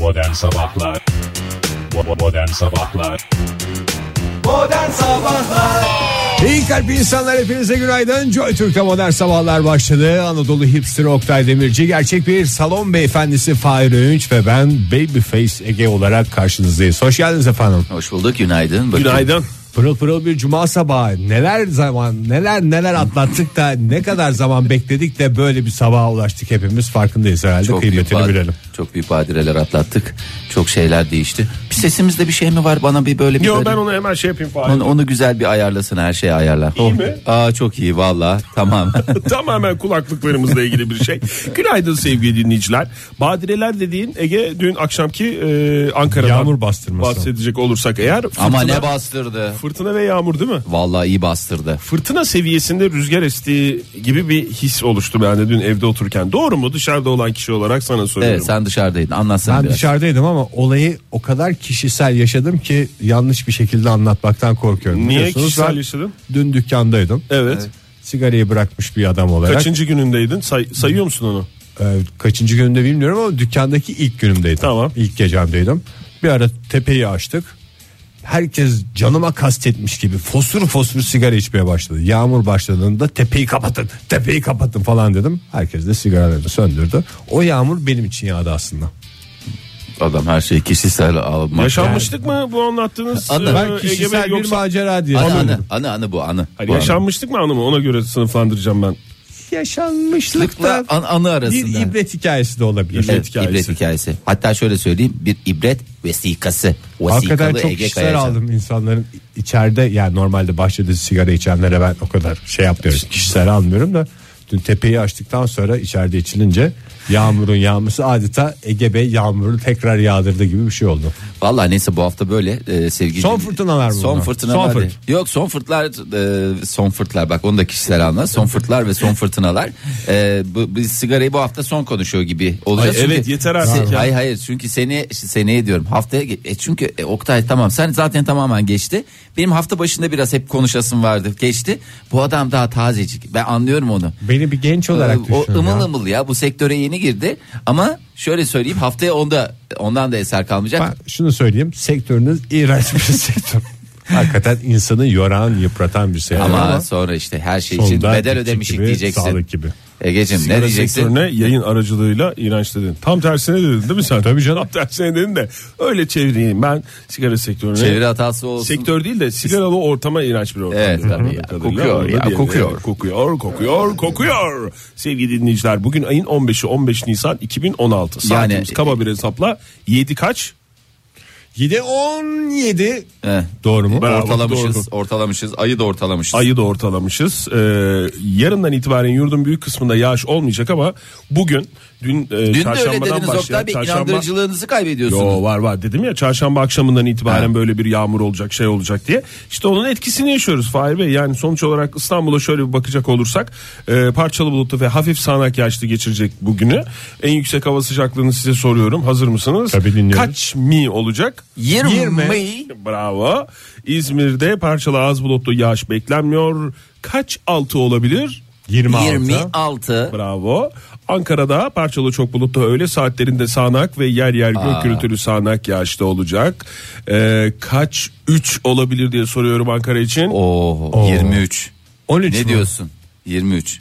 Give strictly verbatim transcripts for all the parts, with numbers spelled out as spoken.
Modern Sabahlar Modern Sabahlar Modern Sabahlar İyi kalp insanlar, hepinize günaydın. Joy Türk'te Modern Sabahlar başladı. Anadolu hipster Oktay Demirci, gerçek bir salon beyefendisi Fahir Öğünç ve ben Babyface Ege olarak karşınızdayız. Hoş geldiniz efendim. Hoş bulduk, günaydın. Bakın. Günaydın. Pırıl pırıl bir cuma sabahı. Neler zaman neler neler atlattık da ne kadar zaman bekledik de böyle bir sabaha ulaştık, hepimiz farkındayız herhalde. Çok büyük Kıymetini bad- bilelim. Çok büyük badireler atlattık. Çok şeyler değişti. Bir sesimizde bir şey mi var, bana bir böyle bir Yo, böyle- ben onu hemen şey yapayım Fahir. onu, onu güzel bir ayarlasın, her şeyi ayarlar. İyi mi? Aa, çok iyi valla. Tamam. Tamamen kulaklıklarımızla ilgili bir şey. Günaydın sevgili dinleyiciler. Badireler dediğin Ege, dün akşamki e, Ankara'dan Yağmur bastırması. bahsedecek olursak eğer. Fırtına, Ama ne bastırdı. Fırtına ve yağmur değil mi? Vallahi iyi bastırdı. Fırtına seviyesinde rüzgar estiği gibi bir his oluştu bende dün evde otururken. Doğru mu? Dışarıda olan kişi olarak sana soruyorum. Evet, sen dışarıdaydın, anlatsana Ben biraz. dışarıdaydım ama olayı o kadar kişisel yaşadım ki yanlış bir şekilde anlatmaktan korkuyorum. Niye Biliyorsunuz kişisel ben yaşadın? Dün dükkandaydım. Evet. Sigarayı bırakmış bir adam olarak. Kaçıncı günündeydin? Say- sayıyor musun onu? Ee, kaçıncı gününde bilmiyorum ama dükkandaki ilk günümdeydim. Tamam. İlk gecemdeydim. Bir ara tepeyi açtık. Herkes canıma kastetmiş gibi fosur fosur sigara içmeye başladı. Yağmur başladığında tepeyi kapatın, tepeyi kapatın falan dedim. Herkes de sigaralarını söndürdü. O yağmur benim için yağdı aslında. Adam her şeyi kişisel almak. Yaşanmışlık mı bu anlattığınız? Anı. e, Ben Ege kişisel Bey, bir yoksa- macera diye. Anı, Anladım. anı, anı, anı bu anı. Hani Bu anı. yaşanmışlık mı anı mı? Ona göre sınıflandıracağım ben. Yaşanmışlıkla An- anı arasında. bir ibret hikayesi de olabilir. İbret Evet, hikayesi. ibret hikayesi. Hatta şöyle söyleyeyim, bir ibret vesikası. Hakikaten Vesikalı çok Ege kişisel Kayacan. aldım insanların içeride, yani normalde bahçede sigara içenlere ben o kadar şey yapmıyorum, kişisel almıyorum da dün tepeyi açtıktan sonra içeride içilince yağmurun yağması adeta Ege Bey yağmuru tekrar yağdırdı gibi bir şey oldu. Vallahi neyse, bu hafta böyle e, sevgili. Son fırtınalar mı Son bunlar? fırtınalar. Son değil. fırt. Yok, son fırtlar, e, son fırtlar, bak onu da kişisel anla. Son fırtlar ve son fırtınalar. E, bu, biz sigarayı bu hafta son konuşuyor gibi olacağız. Ay, Çünkü- evet, yeter artık Se- ya. Hayır hayır, çünkü seni seneye diyorum, haftaya ge- e, çünkü e, Oktay tamam, sen zaten tamamen geçti. Benim hafta başında biraz hep konuşasım vardı, geçti. Bu adam daha tazecik, ben anlıyorum onu. Beni bir genç olarak Ee, o düşünün ımıl ya. ımıl ya, bu sektöre yeni girdi ama şöyle söyleyeyim, haftaya onda ondan da eser kalmayacak. Ben şunu söyleyeyim, sektörünüz iğrenç bir sektör. Hakikaten insanı yoran, yıpratan bir şey. ama, Ama sonra işte her şey için sonunda bedel küçük ödemişik gibi, diyeceksin. sağlık gibi. Egeciğim, ne Sigara diyeceksin? sektörüne yayın aracılığıyla iğrenç dedin. Tam tersine dedin değil mi sen? Tabii canım. Tam tersine dedin de öyle çevireyim ben sigara sektörüne. Çeviri hatası olsun. Sektör değil de sigaralı ortama iğrenç bir ortam. Evet, tabii ya. Kokuyor ya, kokuyor. Kokuyor, kokuyor, kokuyor. Sevgili dinleyiciler, bugün ayın on beşi, on beş Nisan iki bin on altı. Saatimiz Yani- kaba bir hesapla yedi kaç? yedi on yedi. Heh. Doğru mu? Bravo, Ortalamışız, doğru. ortalamışız, ayı da ortalamışız. Ayı da ortalamışız. Ee, yarından itibaren yurdun büyük kısmında yağış olmayacak ama bugün dün, e, Dün de öyle çarşambadan dediniz başlayan Oktay Bey, çarşamba... inandırıcılığınızı kaybediyorsunuz. Yo, var var dedim ya, çarşamba akşamından itibaren Ha. böyle bir yağmur olacak, şey olacak diye. İşte onun etkisini yaşıyoruz Fahir Bey. Yani sonuç olarak İstanbul'a şöyle bir bakacak olursak e, parçalı bulutlu ve hafif sağanak yağışlı geçirecek bugünü. En yüksek hava sıcaklığını size soruyorum. Hazır mısınız? Tabii, dinliyorum. Kaç mi olacak? yirmi. Bravo. İzmir'de parçalı az bulutlu yağış beklenmiyor. Kaç altı olabilir? yirmi altı. yirmi altı. Bravo. Ankara'da parçalı çok bulutlu, öğle saatlerinde sağanak ve yer yer gök gürültülü sağanak yağışta olacak. Ee, kaç üç olabilir diye soruyorum Ankara için. Oo, yirmi üç. on üç Ne mü? diyorsun? yirmi üç.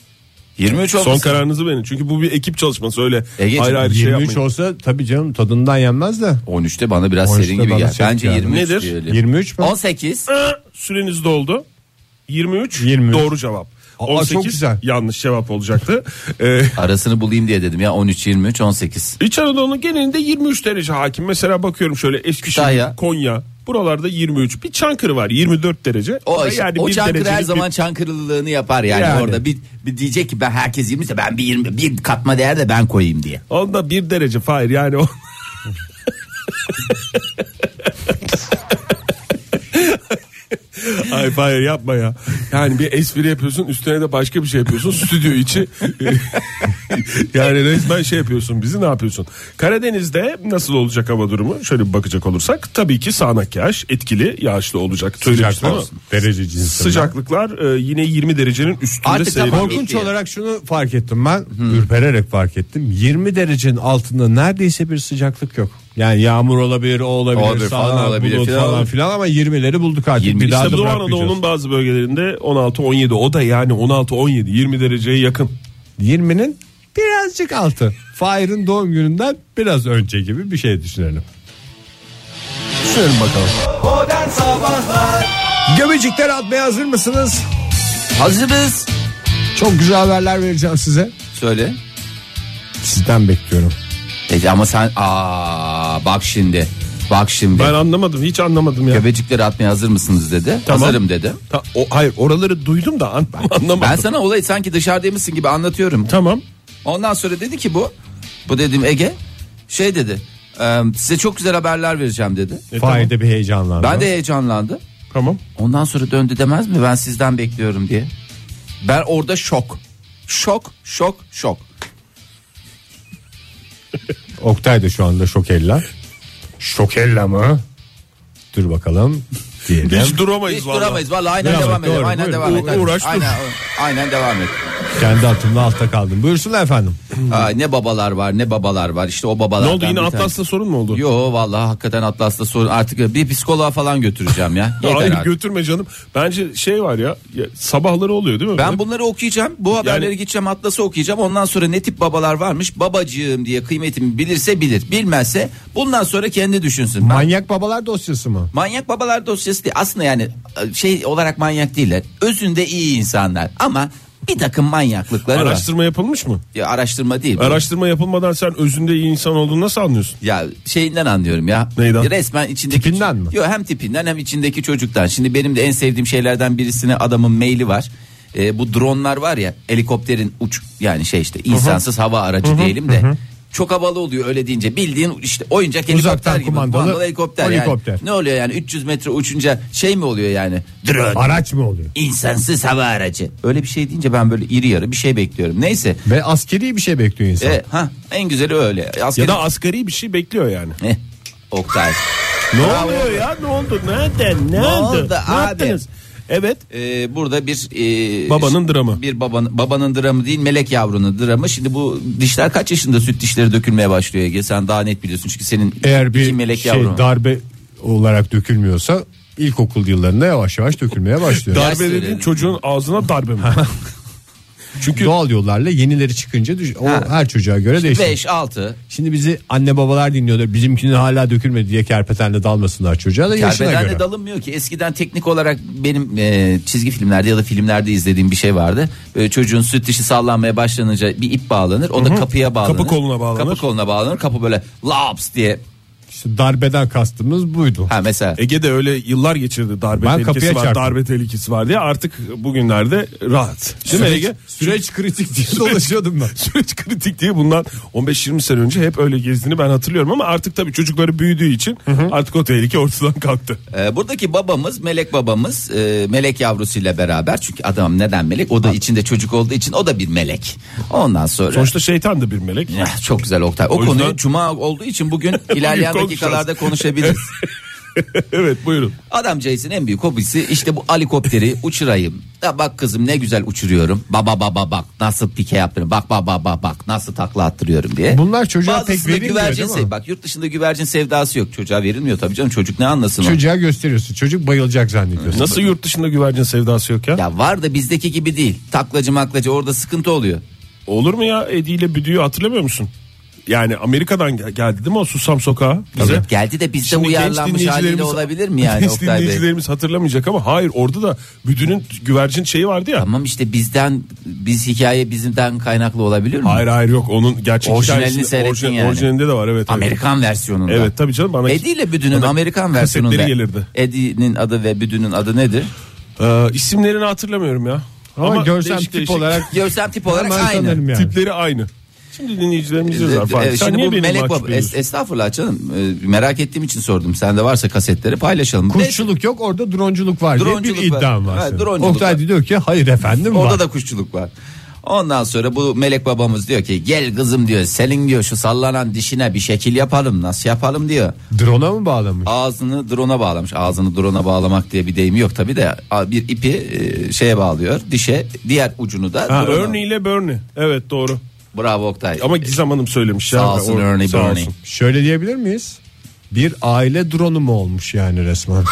yirmi üç olmasın. Son kararınızı verin. Çünkü bu bir ekip çalışması, öyle Egeciğim, ayrı ayrı şey yirmi üç yapmayın. olsa tabii canım, tadından yenmez de. on üçte bana biraz on üçte serin gibi bana geldi. sert Bence geldi. yirmi üç Nedir? diyelim. yirmi üç mü? on sekiz. Aa, Süreniz doldu. yirmi üç, yirmi üç. doğru cevap. Aa, on sekiz çok güzel. yanlış cevap olacaktı. Ee, Arasını bulayım diye dedim ya, on üç, yirmi üç, on sekiz. İç Anadolu'nun genelinde yirmi üç derece hakim. Mesela bakıyorum şöyle Eskişehir, Kütahya. Konya, buralarda yirmi üç. Bir Çankırı var yirmi dört derece. O, da işte, yani o bir Çankırı her derecelik zaman bir- Çankırılılığını yapar yani, Yani. orada bir, bir diyecek ki ben herkes yirmi ise ben bir yirmi, bir katma değer de ben koyayım diye. Onda bir derece Fahir, yani o. Ay hayır yapma ya. Yani bir espri yapıyorsun, üstüne de başka bir şey yapıyorsun. Stüdyo içi. Yani resmen şey yapıyorsun. Bizi ne yapıyorsun? Karadeniz'de nasıl olacak hava durumu? Şöyle bir bakacak olursak tabii ki sağanak yağış, etkili yağışlı olacak. Sıcaklık olsun. Derece cinsinden. Sıcaklıklar e, yine yirmi derecenin üstünde Artık seyrediyor. tamam. Korkunç olarak şunu fark ettim ben. Hmm. Ürpererek fark ettim. yirmi derecenin altında neredeyse bir sıcaklık yok. Yani yağmur olabilir, o olabilir, Olabilir, falan sağanak, olabilir bulut falan. falan filan ama yirmileri bulduk artık. yirmi Bir daha İşte da Doğu bırakmayacağız. Anadolu'nun bazı bölgelerinde on altı on yedi, o da yani on altı on yedi yirmi dereceye yakın. yirminin birazcık altı. Fahir'in doğum gününden biraz önce gibi bir şey düşünelim. Düşünelim bakalım. Modern Sabahlar. Göbecikler atmaya hazır mısınız? Hazırız. Çok güzel haberler vereceğim size. Söyle. Sizden bekliyorum. E, ama sen aa bak şimdi. Bak şimdi. Ben anlamadım, hiç anlamadım ya. Göbecikleri atmaya hazır mısınız dedi. Tamam. Hazırım dedi. Ta- o, hayır oraları duydum da an- anlamadım. Ben sana olayı sanki dışarıdaymışsın gibi anlatıyorum. Tamam. Ondan sonra dedi ki bu bu dedim Ege şey dedi. E, size çok güzel haberler vereceğim dedi. E, Fahir tamam. de bir heyecanlandı. Ben de heyecanlandım. Tamam. Ondan sonra döndü demez mi ben sizden bekliyorum diye. Ben orada şok. Şok, şok, şok. Oktay da şu anda şokella. Şokella mı? Dur bakalım diyelim. Hiç duramayız Hiç vallahi. duramayız vallahi aynen Devam devam et, edelim. doğru, Aynen buyurun. devam et. U- uğraş, dur. Aynen, aynen devam et. Kendi atımla altta kaldım. Buyursunlar efendim. Aa, ne babalar var ne babalar var işte o babalardan. Ne oldu, yine bir Atlas'ta tane- sorun mu oldu? Yo vallahi hakikaten Atlas'ta sorun artık bir psikoloğa falan götüreceğim ya. Yeter Hayır artık. götürme canım. Bence şey var ya, ya sabahları oluyor değil mi? Ben Böyle? bunları okuyacağım. Bu haberleri Yani- gideceğim Atlas'ı okuyacağım. Ondan sonra ne tip babalar varmış babacığım diye kıymetimi bilirse bilir. Bilmezse bundan sonra kendi düşünsün. Ben- Manyak babalar dosyası mı? Manyak babalar dosyası değil. Aslında yani şey olarak manyak değiller. Özünde iyi insanlar ama bir takım manyaklıkları var. Araştırma yapılmış mı? Ya araştırma değil. bu. Araştırma yapılmadan sen özünde iyi insan olduğunu nasıl anlıyorsun? Ya şeyinden anlıyorum ya. Neyden? Resmen içindeki Tipinden mi? Yok hem tipinden hem içindeki çocuktan. Şimdi benim de en sevdiğim şeylerden birisine adamın maili var. Ee, bu dronlar var ya helikopterin uç yani şey işte insansız hava aracı diyelim de. Çok havalı oluyor öyle deyince bildiğin işte oyuncak helikopter Uzaktan gibi. kumandalı helikopter, helikopter. Yani. Ne oluyor yani üç yüz metre uçunca şey mi oluyor yani? Drone. Araç mı oluyor? İnsansız hava aracı. Öyle bir şey deyince ben böyle iri yarı bir şey bekliyorum. Neyse. Ve askeri bir şey bekliyor insan. E, ha en güzeli öyle. Askeri... Ya da asgari bir şey bekliyor yani. Eh, Oktay. Ne Bravo. oluyor ya? Ne oldu? Nereden? Ne, Ne oldu? oldu Ne abi? yaptınız? Evet. Ee, burada bir e, Babanın dramı. Bir babanın babanın dramı değil melek yavrunun dramı. Şimdi bu dişler kaç yaşında süt dişleri dökülmeye başlıyor Ege? Sen daha net biliyorsun çünkü senin Eğer iki bir melek şey yavrun. darbe olarak dökülmüyorsa ilkokul yıllarında yavaş yavaş dökülmeye başlıyor. Dar- Darbe söyledim. dediğin çocuğun ağzına darbe mi? Çünkü Doğal yollarla yenileri çıkınca düş- o Ha. her çocuğa göre değişir. beş altı Şimdi bizi anne babalar dinliyorlar. Bizimkinin hala dökülmedi diye kerpetenle dalmasınlar çocuğa da yaşına Kerpetenle göre. dalınmıyor ki. Eskiden teknik olarak benim e, çizgi filmlerde ya da filmlerde izlediğim bir şey vardı. Böyle çocuğun süt dişi sallanmaya başlanınca bir ip bağlanır. O da kapıya bağlanır. Kapı koluna bağlanır. Kapı koluna bağlanır. Kapı böyle laps diye. İşte darbeden kastımız buydu. Ha mesela. Ege de öyle yıllar geçirdi, darbe Ben tehlikesi kapıya var, çarptım. darbe tehlikesi var diye artık bugünlerde rahat. Değil mi Süreç, Ege? süreç kritik diye dolaşıyordum ben. Süreç kritik diye bundan on beş yirmi sene önce hep öyle gezdiğini ben hatırlıyorum ama artık tabii çocukları büyüdüğü için artık o tehlike ortadan kalktı. Ee, buradaki babamız melek babamız e, melek yavrusuyla beraber çünkü adam neden melek o da içinde çocuk olduğu için o da bir melek. Ondan sonra Sonuçta şeytan da bir melek. Ya, çok güzel Oktay. O, O yüzden- konuyu cuma olduğu için bugün ilerleyen konuşacağız. dakikalarda konuşabiliriz. Evet buyurun. Adamcağızın en büyük hobisi işte bu helikopteri uçurayım. Ya bak kızım ne güzel uçuruyorum. Baba baba bak nasıl pike yaptırıyorum. Bak baba baba bak nasıl takla attırıyorum diye. Bunlar çocuğa Bazısında pek verilmiyor güvercin değil mi? sev- Bak yurt dışında güvercin sevdası yok. Çocuğa verilmiyor tabii canım. Çocuk ne anlasın o? Çocuğa gösteriyorsun. Çocuk bayılacak zannediyorsun. Nasıl yurt dışında güvercin sevdası yok ya? Ya var da bizdeki gibi değil. Taklacı maklacı orada sıkıntı oluyor. Olur mu ya, Eddie ile Büdü'yü hatırlamıyor musun? Yani Amerika'dan gel- geldi değil mi o Susam Sokağı bize? Evet, geldi de bizde Şimdi genç uyarlanmış haliyle dinleyicilerimiz- olabilir mi yani genç Oktay Bey? dinleyicilerimiz hatırlamayacak ama hayır, orada da Büdü'nün güvercin şeyi vardı ya. Tamam işte bizden biz hikaye bizden kaynaklı olabilir mi? Hayır hayır yok, onun gerçek Orijinalini hikayesinde seyrettin orijinal, yani. orijinalinde de var, evet. evet. Amerikan versiyonunda. Evet tabii canım, bana Eddie ile Büdü'nün bana Amerikan kasetleri versiyonunda. gelirdi. Eddie'nin adı ve Büdü'nün adı nedir? Ee, isimlerini hatırlamıyorum ya. Ama, görsem değişik tip değişik olarak Görsel tip olarak hemen aynı. tanırım yani. tipleri aynı. Şimdi dinleyicilerimiz yazar. Fatih. Ee, Sen Şimdi niye bu beni Melek mahcup Baba ediyorsun? es- estağfurullah canım. Ee, merak ettiğim için sordum. Sende varsa kasetleri paylaşalım. Kuşçuluk yok, orada dronculuk var diye Dronculuk bir var. iddiam var. Ha, senin. dronculuk Oktay var. diyor ki hayır efendim Orada var. da kuşçuluk var. Ondan sonra bu Melek babamız diyor ki gel kızım diyor, senin diyor şu sallanan dişine bir şekil yapalım, nasıl yapalım diyor. Drone'a mı bağlamış? Ağzını drone'a bağlamış. Ağzını drone'a bağlamak diye bir deyimi yok tabi de, bir ipi e, şeye bağlıyor, dişe, diğer ucunu da Ha, drone'a. Ernie ile Bernie. Evet doğru. Bravo Oktay. Ama Gizem Hanım söylemiş. Sağ ya. olsun O- Ernie sağ Bernie. olsun. Şöyle diyebilir miyiz? Bir aile drone'u mu olmuş yani resmen?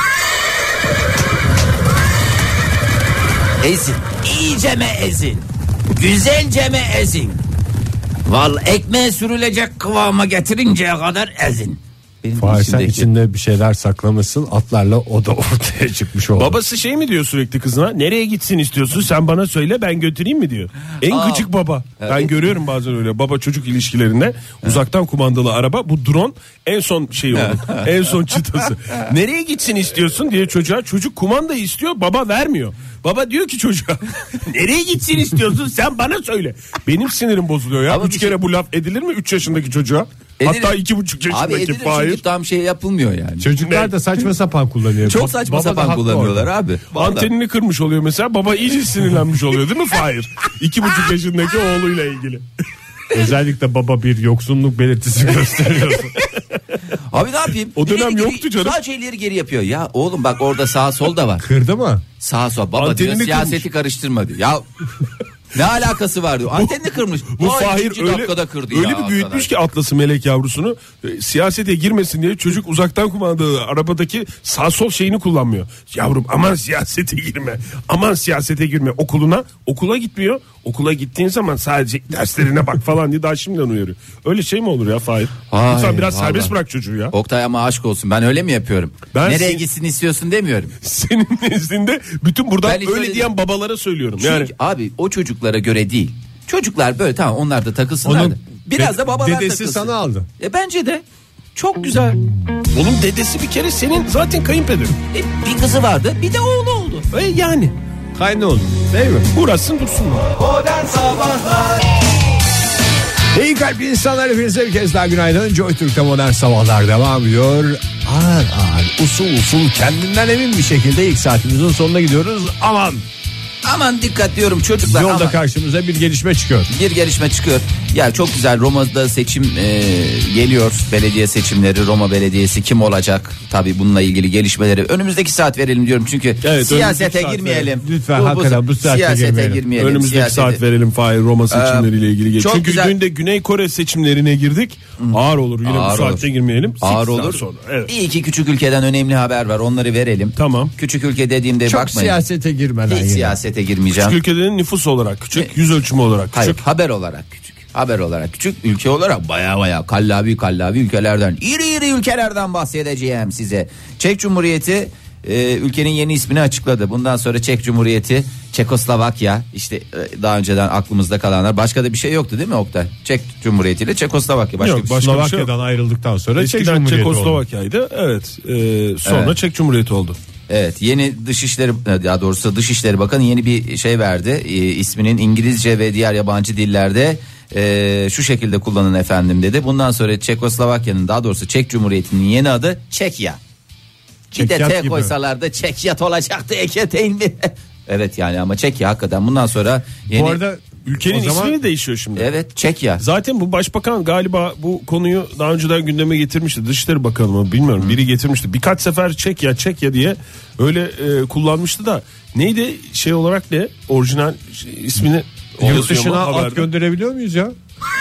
Ezin. İyice mi ezin? Güzelce mi ezin? Val ekmeğe sürülecek kıvama getirinceye kadar ezin. Benim Fahir sen içimdeki- içinde bir şeyler saklamışsın, atlarla o da ortaya çıkmış oldu. Babası şey mi diyor sürekli kızına? Nereye gitsin istiyorsun? Sen bana söyle, ben götüreyim mi diyor. En Aa. gıcık baba. Ben görüyorum bazen öyle baba çocuk ilişkilerinde uzaktan kumandalı araba, bu drone en son şey oldu. En son çıtası. Nereye gitsin istiyorsun diye çocuğa, çocuk kumandayı istiyor, baba vermiyor. Baba diyor ki çocuğa nereye gitsin istiyorsun, sen bana söyle. Benim sinirim bozuluyor ya. Ama Üç bir kere şey- bu laf edilir mi üç yaşındaki çocuğa? Edilir. Hatta iki buçuk Abi yaşındaki edilir Fahir. çünkü tam şey yapılmıyor yani. Çocuklar da saçma sapan kullanıyor. Çok Bab- saçma baba da sapan haklı kullanıyorlar orada. abi. Vallahi. Antenini kırmış oluyor mesela, baba iyice sinirlenmiş oluyor değil mi Fahir? İki buçuk yaşındaki oğluyla ilgili. Özellikle baba bir yoksunluk belirtisi gösteriyorsun. Abi ne yapayım? O dönem İleri geri- yoktu canım. Sadece ileri geri yapıyor. Ya oğlum bak orada sağ sol da var. Kırdı mı? Sağ sol. Baba Antenini diyor siyaseti kırmış. karıştırma diyor. Ya ne alakası var diyor. Antenini kırmış. Bu Vay, Fahir ikinci öyle, dakikada kırdı öyle ya bir büyütmüş arkadaş. ki Atlas'ı, melek yavrusunu, e, siyasete girmesin diye çocuk uzaktan kumandalı arabadaki sağ sol şeyini kullanmıyor. Yavrum aman siyasete girme, aman siyasete girme, okuluna okula gitmiyor. Okula gittiğin zaman sadece derslerine bak falan diye daha şimdiden uyarıyor. Öyle şey mi olur ya Fahir? Ay, Lütfen biraz vallahi. serbest bırak çocuğu ya. Oktay ama aşk olsun, ben öyle mi yapıyorum? Ben Nereye sin- gitsin istiyorsun demiyorum. Senin nezdinde bütün buradan Ben hiç öyle öyle diyen babalara söylüyorum. Çünkü Yani abi o çocuklara göre değil. Çocuklar böyle tamam, onlar da takılsınlar Onun da. Biraz de- da babalar dedesi takılsın. sana aldı. E bence de çok güzel. onun dedesi bir kere senin zaten kayınpederin. E, bir kızı vardı, bir de oğlu oldu. E yani Kaynı oldu değil mi? uğraşsın dursun. Modern Sabahlar İyi kalpli insanlar, hepinize bir kez daha günaydın. Joy Türk'te modern sabahlar devam ediyor. Ağır ağır, usul usul, kendinden emin bir şekilde ilk saatimizin sonuna gidiyoruz. Aman Aman dikkat diyorum çocuklar. yolda aman. karşımıza bir gelişme çıkıyor. Bir gelişme çıkıyor. Ya çok güzel, Roma'da seçim e, geliyor. Belediye seçimleri, Roma Belediyesi kim olacak? Tabii bununla ilgili gelişmeleri önümüzdeki saat verelim diyorum. Çünkü Evet, siyasete önümüzdeki saat girmeyelim. Lütfen, hakikaten bu saatte siyasete girmeyelim. girmeyelim. Önümüzdeki siyasete. saat verelim Fahir, Roma seçimleriyle ilgili. çok Çünkü güzel. dün de Güney Kore seçimlerine girdik. Ağır olur, yine Ağır bu saatte olur. girmeyelim. Ağır Sekiz saat olur. Sonra. Evet. Bir iki küçük ülkeden önemli haber var, onları verelim. Tamam. Küçük ülke dediğimde Çok bakmayın. siyasete girmeden Hiç yine. siyasete girmeyeceğim. Küçük ülkelerin nüfus olarak küçük, yüz ölçümü olarak küçük. Hayır, haber olarak küçük. Haber olarak küçük, ülke olarak baya baya kallavi kallavi ülkelerden, iri iri ülkelerden bahsedeceğim size. Çek Cumhuriyeti e, ülkenin yeni ismini açıkladı. Bundan sonra Çek Cumhuriyeti Çekoslovakya, işte e, daha önceden aklımızda kalanlar, başka da bir şey yoktu değil mi Oktay? Çek Cumhuriyeti ile Çekoslovakya, başka Yok, bir şey. başka bir şey yok. Slovakya'dan ayrıldıktan sonra Çek Eskiden Cumhuriyeti oldu. Çekoslovakya'ydı. Evet. Ee, sonra Evet. Çek Cumhuriyeti oldu. Evet, yeni Dışişleri, daha doğrusu Dışişleri Bakanı yeni bir şey verdi. E, isminin İngilizce ve diğer yabancı dillerde e, şu şekilde kullanın efendim dedi. Bundan sonra Çekoslovakya'nın, daha doğrusu Çek Cumhuriyeti'nin yeni adı Çekya. Bir de Çekyat T gibi. koysalar da Çekyat olacaktı Eketeyn mi? Evet yani, ama Çekya hakikaten bundan sonra yeni. Bu arada Ülkenin o zaman ismi değişiyor şimdi. Evet, Çekya. Zaten bu başbakan galiba bu konuyu daha önceden gündeme getirmişti. Dışişleri Bakanı mı bilmiyorum, biri getirmişti. Birkaç sefer Çekya Çekya diye öyle e, kullanmıştı da neydi şey olarak, ne orijinal şey, ismini yurt yazıyor mu dışına at haberde? gönderebiliyor muyuz ya?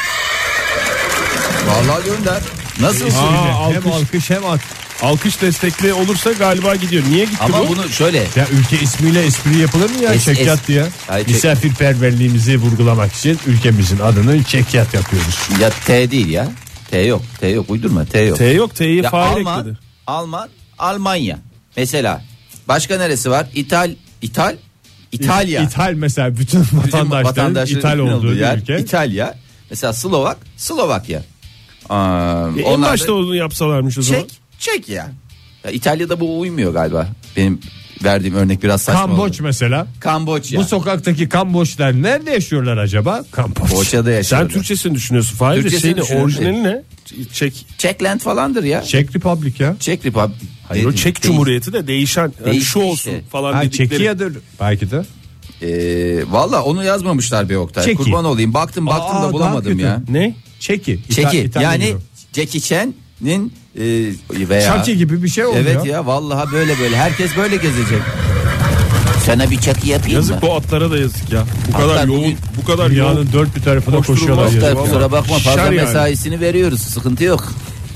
Vallahi gönder. Nasıl? Aa, hem alkış. alkış hem at. Alkış destekli olursa galiba gidiyor. Niye gitti Ama bu? bunu şöyle. Ya ülke ismiyle espri yapılır mı ya? Es- Çekyat es- diye. Ay, çek- Misafirperverliğimizi vurgulamak için ülkemizin adını Çekyat yapıyoruz. Ya T değil ya. T yok. T yok. Uydurma. T yok. T yok, T'yi Ya fail Alman, ekledi. Alman, Almanya. Mesela başka neresi var? İtal, İtal, İtalya. İthal mesela bütün Bizim vatandaşların vatandaşların ithal olduğu bir yer, ülke. İtalya. Mesela Slovak, Slovakya. Aa, E, en onlar da başta onu yapsalarmış o zaman. Çek, Çek ya. ya. İtalya'da bu uymuyor galiba. Benim verdiğim örnek biraz saçma Kamboç oldu. mesela. Kamboçya. Bu sokaktaki Kamboçlar nerede yaşıyorlar acaba? Kamboç. Boça'da yaşıyorlar. Sen Türkçesini düşünüyorsun Fahir de Türkçesini şeyin düşünüyorum. orijinali ne? Çek. Czechland falandır ya. Czech Republic ya. Czech Republic. Hayır o Çek Cumhuriyeti de değişen yani Değişti şu olsun işte. falan Ha, dedikleri. Çekiyadır belki de. Ee, Valla onu yazmamışlar bir Oktay. Çeki. Kurban olayım. Baktım baktım Aa, da daha bulamadım kötü. ya. Ne? Çeki. İta- Çeki. İtalya Yani gibi. Jackie Chan'in e, veya Çaki gibi bir şey oldu Evet ya. ya vallahi böyle böyle herkes böyle gezecek. Sana bir çaki yapayım Yazık mı? bu atlara da yazık ya. Bu Atlar kadar yoğun, bugün- bu kadar yoğun. Dünyanın dört bir tarafına Koşturulmaz koşuyorlar. da- yazık. Oktay, kusura bakma fazla Şişer yani. mesaisini veriyoruz. Sıkıntı yok.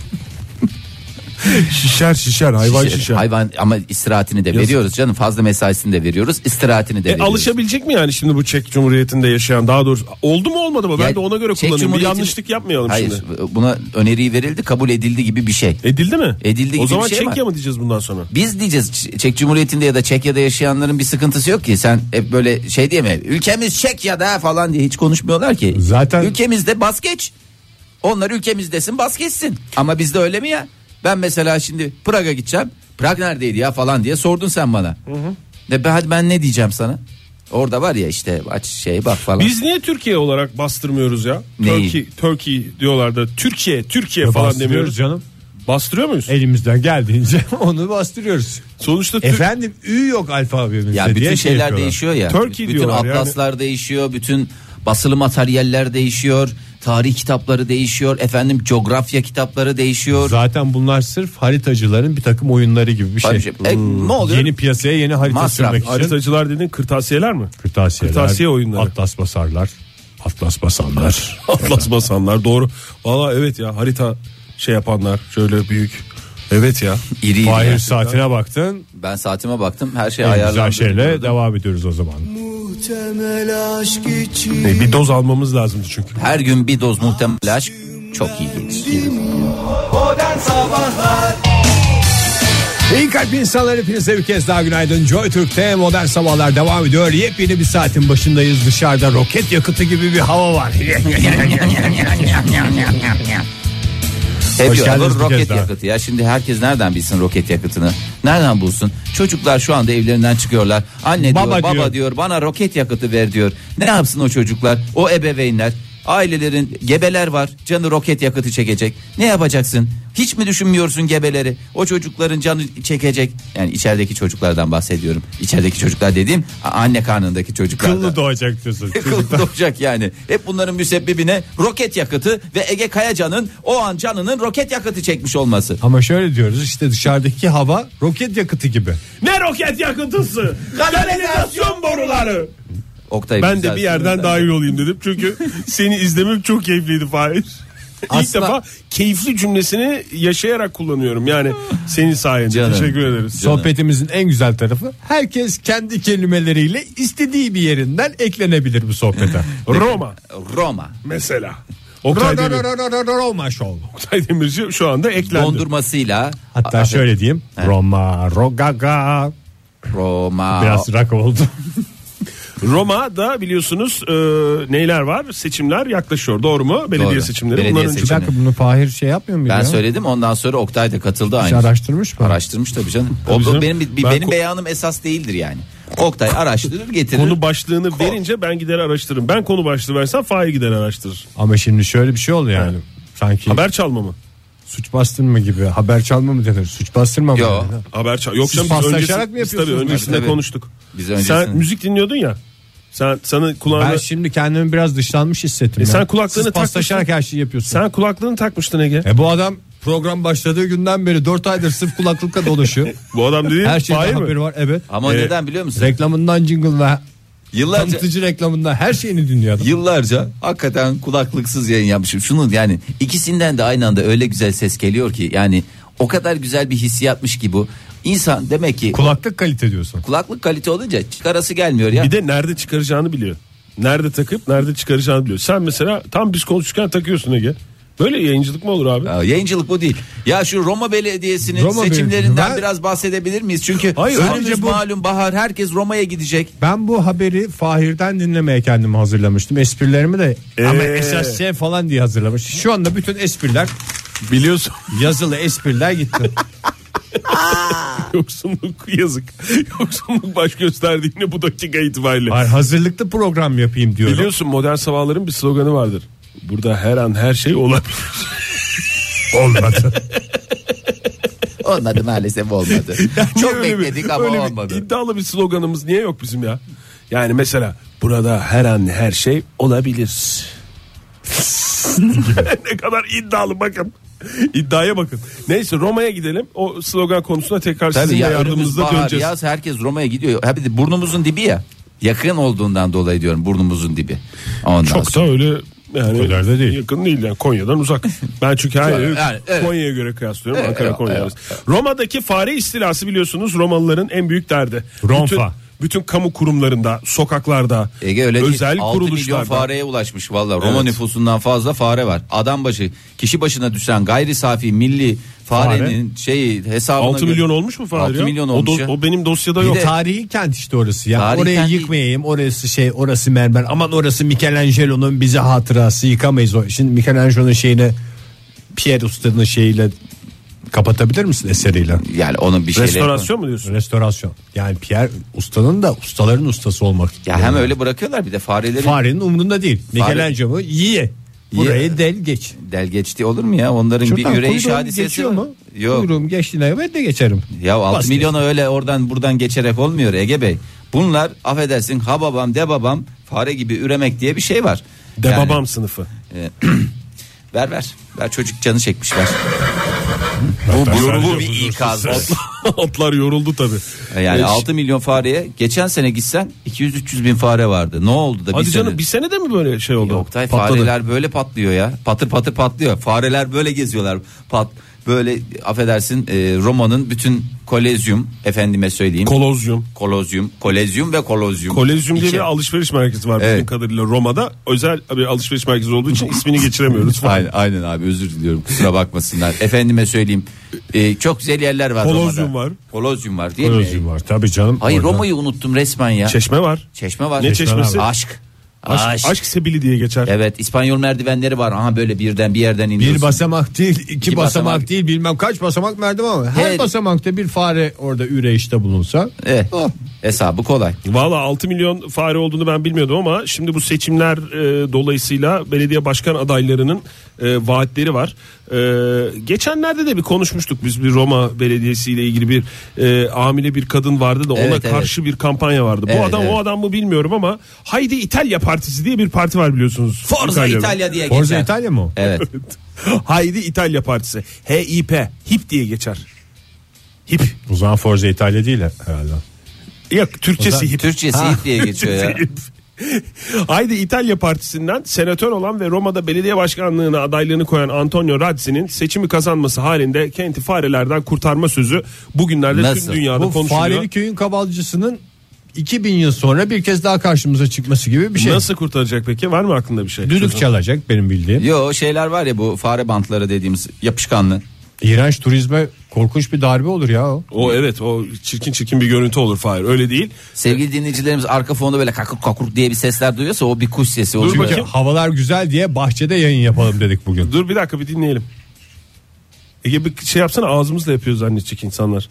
Şişer şişer hayvan Şişer, şişer. Hayvan ama istirahatini de Yazık. veriyoruz canım. Fazla mesaisini de veriyoruz. İstirahatini de E, veriyoruz. alışabilecek mi yani şimdi bu Çek Cumhuriyeti'nde yaşayan daha doğrusu oldu mu olmadı mı? Ben Ya, de ona göre Çek kullanıyorum. Bir Cumhuriyeti'nin- yanlışlık yapmayalım Hayır, şimdi. buna öneriyi verildi, kabul edildi gibi bir şey. Edildi mi? Edildi gibi O zaman bir şey Çekya var. mı diyeceğiz bundan sonra? Biz diyeceğiz Ç- Çek Cumhuriyeti'nde ya da Çekya'da yaşayanların bir sıkıntısı yok ki. Sen hep böyle şey diye mi? Ülkemiz Çekya'da falan diye hiç konuşmuyorlar ki. Zaten- Ülkemizde bas geç. Onlar ülkemizdesin bas geçsin. Ama bizde öyle mi ya? Ben mesela şimdi Prag'a gideceğim. Prag neredeydi ya falan diye sordun sen bana. Hı hı. De, hadi ben ne diyeceğim sana? Orada var ya işte aç şey bak falan. Biz niye Türkiye olarak bastırmıyoruz ya? Neyi? Turkey, Turkey diyorlar da Türkiye, Türkiye falan Bastırıyoruz demiyoruz. canım. Bastırıyor muyuz? Elimizden geldiğince onu bastırıyoruz. Sonuçta Türk- Efendim ü yok alfabemizde Ya diye bütün şey şeyler yapıyorlar. değişiyor ya. Turkey bütün diyorlar atlaslar değişiyor, bütün basılı materyaller değişiyor, tarih kitapları değişiyor, efendim coğrafya kitapları değişiyor. Zaten bunlar sırf haritacıların bir takım oyunları gibi bir şey. Tabii şey- E, ne oluyor? Yeni piyasaya yeni harita Masraf. sürmek için Haritacılar dediğin kırtasiyeler mi? kırtasiyeler, Kırtasiye oyunları. atlas basarlar, atlas basanlar. Atlas basanlar doğru. Valla evet ya harita şey yapanlar şöyle büyük. Evet ya. İri iri Fahir ya. saatine baktın. Ben saatime baktım, her şey En güzel ayarlandı. şeyle devam ediyoruz o zaman. Muhtemel aşk için E, bir doz almamız lazımdı çünkü. Her gün bir doz muhtemel aşk çok iyi gelir. Modern Sabahlar İyi kalp insanlar hepinize bir kez daha günaydın. Joy Türk'te modern sabahlar devam ediyor. Yepyeni bir saatin başındayız. Dışarıda roket yakıtı gibi bir hava var. Hep Hoş diyorlar, geldiniz bir roket kez daha. yakıtı ya, şimdi herkes nereden bilsin roket yakıtını, nereden bulsun? Çocuklar şu anda evlerinden çıkıyorlar, anne Baba diyor baba diyor. diyor bana roket yakıtı ver diyor. Ne yapsın o çocuklar, o ebeveynler, ailelerin, gebeler var, canı roket yakıtı çekecek, ne yapacaksın? Hiç mi düşünmüyorsun gebeleri? O çocukların canı çekecek. Yani içerideki çocuklardan bahsediyorum. İçerideki çocuklar dediğim anne karnındaki çocuklardan. Kıllı doğacak diyorsun. Kıllı doğacak yani. Hep bunların müsebbibine roket yakıtı ve Ege Kayacan'ın o an canının roket yakıtı çekmiş olması. Ama şöyle diyoruz, işte dışarıdaki hava roket yakıtı gibi. Ne roket yakıntısı? Kanalizasyon boruları. Oktay, Ben güzel de bir yerden sinirler. dahil olayım dedim. Çünkü seni izlemem çok keyifliydi Fahir. İlk Aslında- defa keyifli cümlesini yaşayarak kullanıyorum. Yani senin sayende. Canım. Teşekkür ederiz. Sohbetimizin en güzel tarafı, herkes kendi kelimeleriyle istediği bir yerinden eklenebilir bu sohbete. Roma Roma. mesela. Oktay, Demir, Roma Show. Oktay Demirci şu anda eklendi. Dondurmasıyla. Hatta Aa, şöyle diyeyim. Roma, Rogaga. Roma. Biraz rock oldu. Roma'da biliyorsunuz e, neyler var? Seçimler yaklaşıyor. Doğru mu? Belediye Doğru. seçimleri. Belediye Bundan önce Bir dakika, bunu Fahir şey yapmıyor muydu Ben ya? söyledim, ondan sonra Oktay da katıldı Hiç aynı. araştırmış mı? Araştırmış tabii canım. Tabii O, canım. benim bir- Ben benim ko- beyanım esas değildir yani. Oktay araştırır getirir. konu başlığını verince ben gider araştırırım. Ben konu başlığı versem Fahir gider araştırır. Ama şimdi şöyle bir şey oldu yani. Sanki Haber çalma mı? suç bastırma gibi. Haber çalma mı denir? Suç bastırma mı? Yo. denir? Haber çal. Yok Siz canım biz paslaşarak öncesi- mı biz tabii yapıyorsunuz? öncesinde Tabii. konuştuk. Biz öncesinde- Sen müzik dinliyordun ya. Sen sana kulağına Ben şimdi kendimi biraz dışlanmış hissettim. E ya. sen kulaklığını Siz paslaşarak takmışsın. her şeyi yapıyorsun. sen kulaklığını takmıştın Ege. E bu adam program başladığı günden beri dört aydır sırf kulaklıkla dolaşıyor. Bu adam dediğin Her şeyden Fahir mi? haberi var, evet. Ama Ee, neden biliyor musun? Reklamından jingle ve Yıllarca tanıtıcı reklamından her şeyini dinliyor adam. Yıllarca hakikaten kulaklıksız yayın yapmışım. Şunun yani ikisinden de aynı anda öyle güzel ses geliyor ki, yani o kadar güzel bir hissiyatmış ki bu. İnsan demek ki Kulaklık kalite diyorsun. kulaklık kalite olunca çıkarası gelmiyor ya. Bir de nerede çıkaracağını biliyor. Nerede takıp nerede çıkaracağını biliyor. Sen mesela tam biz konuşurken takıyorsun Ege. Böyle yayıncılık mı olur abi? Ya, yayıncılık bu değil. Ya şu Roma Belediyesi'nin Roma seçimlerinden Belediyesi. Ben- biraz bahsedebilir miyiz? Çünkü Hayır, önümüz önce bu- malum bahar, herkes Roma'ya gidecek. Ben bu haberi Fahir'den dinlemeye kendimi hazırlamıştım. Esprilerimi de ama Ee? esas şey falan diye hazırlamış. Şu anda bütün espriler, Biliyorsun. yazılı espriler gitti. Yoksunluk yazık. Yoksunluk baş gösterdiğinde bu dakika itibariyle. Hayır, hazırlıklı program yapayım diyorum. Biliyorsun Modern Sabahların bir sloganı vardır. Burada her an her şey olabilir. Olmadı. Olmadı maalesef olmadı. Çok Öyle bir- bekledik ama öyle bir olmadı. iddialı bir sloganımız niye yok bizim ya? Yani mesela burada her an her şey olabilir. Ne kadar iddialı bakın. İddiaya bakın. Neyse Roma'ya gidelim. O slogan konusuna tekrar Tabii sizin de ya, önümüz yardımınızla bahar, döneceğiz. yaz, herkes Roma'ya gidiyor. Ha bir de burnumuzun dibi ya. Yakın olduğundan dolayı diyorum burnumuzun dibi. Ondan Çok sonra. da öyle yani O kadar da değil. yakın değil yani Konya'dan uzak. Ben çünkü her yeri Yani, evet. Konya'ya göre kıyaslıyorum. Evet, Ankara evet, Konya. evet. arası. Roma'daki fare istilası biliyorsunuz Romalıların en büyük derdi. Ronfa. Bütün, bütün kamu kurumlarında, sokaklarda, Ege öyle değil. özel altı milyon kuruluşlarda. fareye ulaşmış valla. Roma Evet. nüfusundan fazla fare var. Adam başı kişi başına düşen gayri safi milli farenin şeyi hesabına altı göre- milyon olmuş mu fare? altı ya? milyon o, olmuş do- ya. o benim dosyada Bir yok. de- Tarihi kent işte orası ya. Tarihi Orayı kent değil. yıkmayayım. Orası şey, orası mermer. Aman orası Michelangelo'nun bize hatırası, yıkamayız o. Şimdi Michelangelo'nun şeyini Pierre Usta'nın şeyiyle kapatabilir misin, eseriyle? Yani onun bir şeyleri. Restorasyon mu diyorsun? Restorasyon. Yani Pierre Usta'nın da ustaların ustası olmak. Ya hem öyle bırakıyorlar bir de fareleri Farenin umrunda değil. Michelangelo yiye. Burayı del geç. del geçti olur mu ya? Onların Şuradan bir üreyiş kuyruğum hadisesi geçiyor var. mu? Yok. Kuyruğum geçtiğine ben de geçerim. Ya altı Bas milyona öyle oradan buradan geçerek olmuyor Ege Bey. Bunlar affedersin ha babam de babam fare gibi üremek diye bir şey var. De Yani, babam sınıfı. e, ver ver. Ver çocuk canı çekmiş ver. bu, bu, bu bir ikaz. Atlar yoruldu tabi. Yani altı milyon fareye geçen sene gitsen iki yüz üç yüz bin fare vardı. Ne oldu da bir Hadi sene? canım bir senede mi böyle şey oldu? Oktay Patladı. fareler böyle patlıyor ya. Patır patır patlıyor. Fareler böyle geziyorlar. Pat böyle affedersin e, Roma'nın bütün kolezyum efendime söyleyeyim. Kolozyum. Kolozyum, kolezyum ve kolozyum. Kolezyum diye İki. bir alışveriş merkezi var Evet. bildiğim kadarıyla Roma'da. Özel bir alışveriş merkezi olduğu için ismini geçiremiyoruz. Aynen, aynen abi özür diliyorum kusura bakmasınlar. Efendime söyleyeyim e, çok güzel yerler var Kolozyum Roma'da. var. Kolozyum var değil Kolozyum mi? var tabii canım. Hayır Orada. Roma'yı unuttum resmen ya. Çeşme var. Çeşme var. Ne çeşmesi? Aşk. Aşk, Aşk. aşk sebili diye geçer. Evet İspanyol merdivenleri var. Aha böyle birden bir yerden iniyorsun. Bir basamak değil, iki, İki basamak, basamak. değil, bilmem kaç basamak merdiven ama her Evet. basamakta bir fare orada üreyişte bulunsa. Evet. Oh. Hesabı kolay. Valla altı milyon fare olduğunu ben bilmiyordum ama şimdi bu seçimler e, dolayısıyla belediye başkan adaylarının e, vaatleri var. E, geçenlerde de bir konuşmuştuk biz, bir Roma Belediyesi ile ilgili bir e, hamile bir kadın vardı da ona Evet, evet. karşı bir kampanya vardı. Bu Evet, adam evet. o adam mı bilmiyorum ama Haydi İtalya Partisi diye bir parti var biliyorsunuz. Forza İtalya'da. İtalya diye Forza geçer. İtalya mı o? Evet. Haydi İtalya Partisi. H İ P. HİP diye geçer. HİP. O zaman Forza İtalya değil herhalde. Yok Türkçesi O da- HİP. Türkçesi hip diye geçiyor ya. Haydi İtalya Partisi'nden senatör olan ve Roma'da belediye başkanlığına adaylığını koyan Antonio Razzi'nin seçimi kazanması halinde kenti farelerden kurtarma sözü bugünlerde Nasıl? tüm dünyada Bu konuşuluyor. Fareli Köy'ün kavalcısının iki bin yıl sonra bir kez daha karşımıza çıkması gibi bir şey. Nasıl kurtaracak peki? Var mı aklında bir şey? Düdük Çözüm. çalacak benim bildiğim. Yo şeyler var ya bu fare bantları dediğimiz yapışkanlı. İğrenç turizme korkunç bir darbe olur ya o. O evet o çirkin çirkin bir görüntü olur Fahir öyle değil. Sevgili dinleyicilerimiz arka fonda böyle kakuk kakuk diye bir sesler duyuyorsa o bir kuş sesi oluyor. bakayım. Çünkü havalar güzel diye bahçede yayın yapalım dedik bugün. Dur bir dakika bir dinleyelim. Ege bir şey yapsana ağzımızla yapıyor zannedecek insanlar.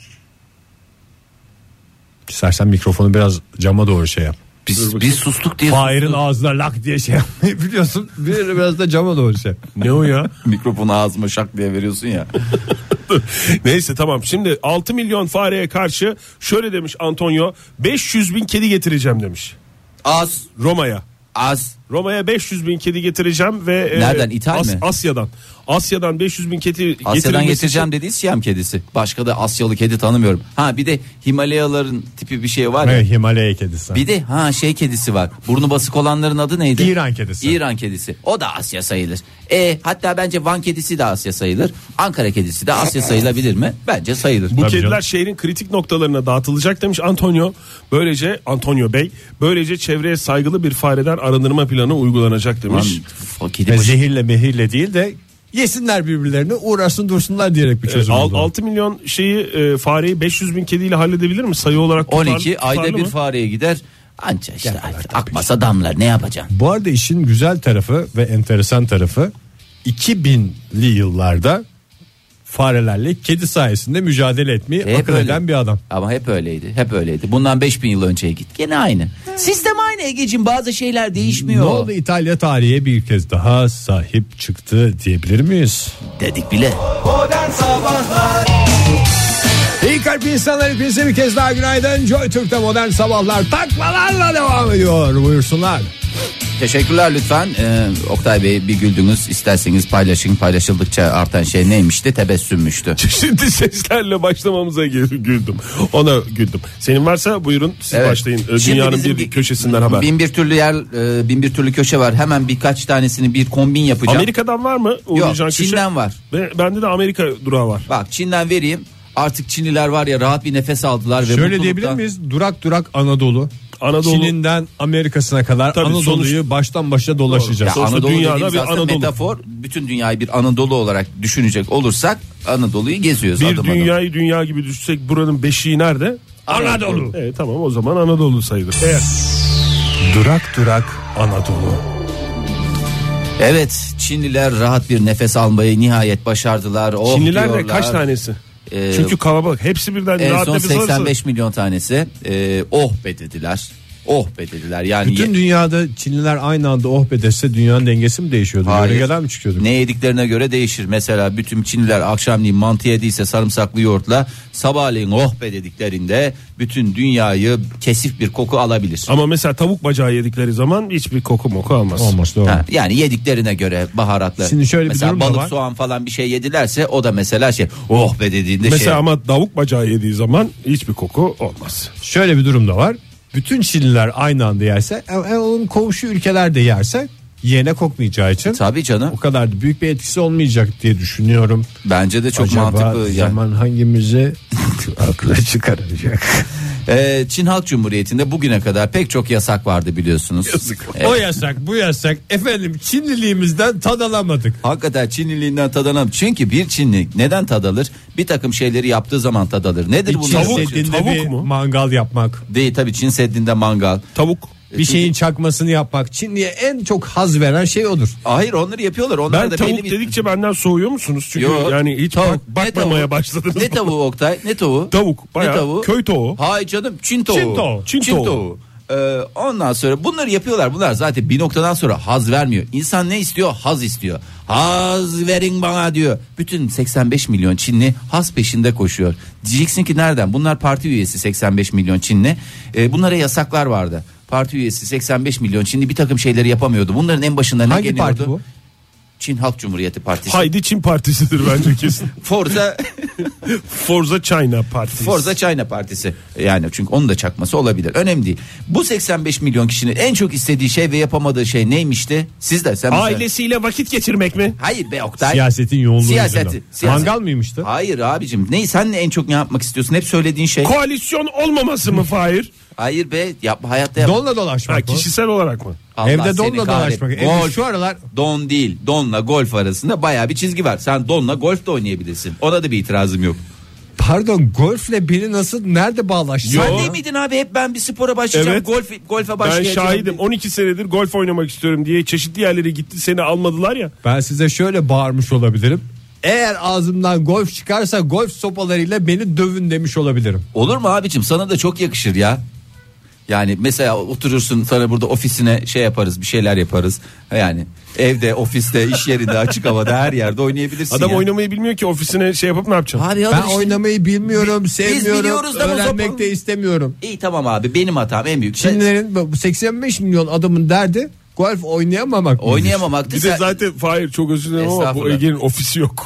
İstersen mikrofonu biraz cama doğru şey yap. Biz, biz sustuk diye Fahir'in sustuk. ağzına lak diye şey yapmayı biliyorsun. Bir, biraz da cama doğru şey. Ne o ya? Mikrofonu ağzıma şak diye veriyorsun ya. Neyse tamam şimdi altı milyon fareye karşı şöyle demiş Antonio, beş yüz bin kedi getireceğim demiş Az Roma'ya. az. Roma'ya beş yüz bin kedi getireceğim ve Nereden, İthal mi? Asya'dan. Asya'dan beş yüz bin kedi Asya'dan getirilmesi getireceğim için- dediği Siyam kedisi. Başka da Asyalı kedi tanımıyorum. Ha bir de Himalayaların tipi bir şey var ya. Evet, Himalaya kedisi. Bir de ha şey kedisi var. Burnu basık olanların adı neydi? İran kedisi. İran kedisi. O da Asya sayılır. E hatta bence Van kedisi de Asya sayılır. Ankara kedisi de Asya sayılabilir mi? Bence sayılır. Bu Tabii kediler canım. şehrin kritik noktalarına dağıtılacak demiş Antonio. Böylece Antonio Bey böylece çevreye saygılı bir fareden arındırma planı uygulanacak Lan, demiş. o kedi Ve başı- zehirle mehirle değil de yesinler birbirlerini, uğraşsın dursunlar diyerek bir çözüm oldu. altı milyon şeyi e, fareyi beş yüz bin kediyle halledebilir mi? Sayı olarak tutar, on iki ayda tutarlı bir mı? fareye gider. Anca işte akmasa damlar ne yapacaksın? Bu arada işin güzel tarafı ve enteresan tarafı iki binli yıllarda farelerle kedi sayesinde mücadele etmeyi Hep akıl öyle. eden bir adam. Ama hep öyleydi. Hep öyleydi. Bundan beş bin yıl önceye git. Gene aynı. Sistem aynı Egeciğim. Bazı şeyler değişmiyor. Ne oldu, İtalya tarihe bir kez daha sahip çıktı diyebilir miyiz? Dedik bile. Modern Sabahlar. İyi kalp insanlar, hepinize bir kez daha günaydın. Joy Türk'te modern sabahlar taklalarla devam ediyor. Buyursunlar. Teşekkürler lütfen. Ee, Oktay Bey bir güldünüz, isterseniz paylaşın. Paylaşıldıkça artan şey neymişti? Tebessümmüştü. Çeşitli seslerle başlamamıza güldüm. Ona güldüm. Senin varsa buyurun siz Evet. başlayın. Şimdi Dünyanın bizim bir köşesinden haber. Bin bir türlü yer, e, bin bir türlü köşe var. Hemen birkaç tanesini bir kombin yapacağım. Amerika'dan var mı? Uğrayacağın köşe? Çin'den var. Ve bende de Amerika durağı var. Bak Çin'den vereyim. Artık Çinliler var ya rahat bir nefes aldılar ve Şöyle mutluluktan... diyebilir miyiz? Durak durak Anadolu. Anadolu. Çin'inden Amerika'sına kadar Tabii, Anadolu'yu sonuç- baştan başa dolaşacağız. Ya Sonuçta Anadolu dünyada dediğimiz bir aslında Anadolu. metafor. Bütün dünyayı bir Anadolu olarak düşünecek olursak Anadolu'yu geziyoruz. Bir adım adım. dünyayı dünya gibi düşsek buranın beşiği nerede? Anadolu. Evet tamam, o zaman Anadolu sayılır. Eğer Durak durak Anadolu. Evet, Çinliler rahat bir nefes almayı nihayet başardılar. Oh Çinliler de diyorlar. kaç tanesi? Ee, Çünkü kalabalık. Hepsi birden En rahat son nefes seksen alırsa. beş milyon tanesi e, oh be dediler. Oh be dediler. Yani Bütün ye- dünyada Çinliler aynı anda oh be dese dünyanın dengesi mi değişiyordu? Hayır. Yörüngeler mi çıkıyordu? ne yediklerine göre değişir. Mesela bütün Çinliler akşamleyin mantı yediyse sarımsaklı yoğurtla, sabahleyin oh be dediklerinde bütün dünyayı kesif bir koku alabilir. Ama mesela tavuk bacağı yedikleri zaman hiçbir koku moku almaz. Olmaz, doğru. Ha, yani yediklerine göre baharatlı. Şimdi şöyle bir mesela durum da balık var. soğan falan bir şey yedilerse o da mesela şey oh be dediğinde Mesela şey. ama tavuk bacağı yediği zaman hiçbir koku olmaz. Şöyle bir durum da var. Bütün Çinliler aynı anda yerse, e, e, onun komşu ülkeler de yerse yiyene kokmayacağı için Tabii canım. o kadar da büyük bir etkisi olmayacak diye düşünüyorum. Bence de çok Acaba mantıklı. Yani. zaman hangimizi akla çıkaracak? Ee, Çin Halk Cumhuriyeti'nde bugüne kadar pek çok yasak vardı biliyorsunuz. Yazık. Evet. O yasak, bu yasak. Efendim Çinliliğimizden tad alamadık. Hakikaten Çinliliğinden tad alamam. Çünkü bir Çinli neden tad alır? Bir takım şeyleri yaptığı zaman tad alır. Nedir Bir bu? Çin Tavuk- Seddi'nde tavuk bir mu? mangal yapmak. Değil tabii, Çin Seddi'nde mangal. Tavuk. Bir şeyin çakmasını yapmak. Çinliye en çok haz veren şey odur. Hayır, onları yapıyorlar. Onlar Ben da tavuk belli bir... dedikçe benden soğuyor musunuz? Çünkü Yo, yani hiç tavuk. bak- Ne bakmamaya tavuğu? başladınız. Ne tavuğu Oktay? Ne tavuğu? Tavuk, bayağı Ne tavuğu? köy tavuğu. Hayır canım, Çin tavuğu. Çin tavuğu, Çin tavuğu. Ee, ondan sonra bunları yapıyorlar. Bunlar zaten bir noktadan sonra haz vermiyor. İnsan ne istiyor? Haz istiyor. Haz verin bana diyor. Bütün seksen beş milyon Çinli haz peşinde koşuyor. Diyeceksin ki nereden? Bunlar parti üyesi seksen beş milyon Çinli. Ee, bunlara yasaklar vardı. Parti üyesi seksen beş milyon Çinli bir takım şeyleri yapamıyordu. Bunların en başında ne Hangi geliyordu? parti bu? Çin Halk Cumhuriyeti Partisi. Haydi Çin Partisi'dir bence kesin. Forza Forza China Partisi. Forza China Partisi. Yani çünkü onun da çakması olabilir. Önemli değil. Bu seksen beş milyon kişinin en çok istediği şey ve yapamadığı şey neymişti? Siz de sen mesela- Ailesiyle vakit geçirmek mi? Hayır be Oktay. Siyasetin yoğunluğu Siyaseti, yüzünden. siyaset. Mangal mıymıştı? Hayır abicim. Neyi sen en çok ne yapmak istiyorsun? Hep söylediğin şey. Koalisyon olmaması mı Fahir? Hayır be, yapma hayatta yapma. Donla Ha, dolaşmak mı? kişisel olarak mı? Allah Evde seni donla kahretsin. dolaşmak. Evde Golf, şu aralar don değil. Donla golf arasında bayağı bir çizgi var. Sen donla golf de oynayabilirsin. Ona da bir itirazım yok. pardon golfle beni nasıl nerede bağlaştı? Yo. Sen değil miydin abi? Hep ben bir spora başlayacağım. Evet. Golf, golfe Ben başlayacağım. şahidim. on iki senedir golf oynamak istiyorum diye çeşitli yerlere gitti, seni almadılar ya. Ben size şöyle bağırmış olabilirim. Eğer ağzımdan golf çıkarsa golf sopalarıyla beni dövün demiş olabilirim. Olur mu abicim? Sana da çok yakışır ya. Yani mesela oturursun, sana burada ofisine şey yaparız, bir şeyler yaparız. Yani evde, ofiste, iş yerinde, açık havada, her yerde oynayabilirsin. Adam ya. oynamayı bilmiyor ki, ofisine şey yapıp ne yapacaksın? Abi Ben alır işte. oynamayı bilmiyorum, sevmiyorum, biliyoruz da bu öğrenmek sopa- de istemiyorum. İyi tamam abi, benim hatam en büyük. Sen- Çinlilerin bu seksen beş milyon adamın derdi golf oynayamamak. mıymış? Oynayamamaktı. Bir de Sen- zaten Fahir, çok özür dilerim ama bu Estağfurullah. Ege'nin ofisi yok.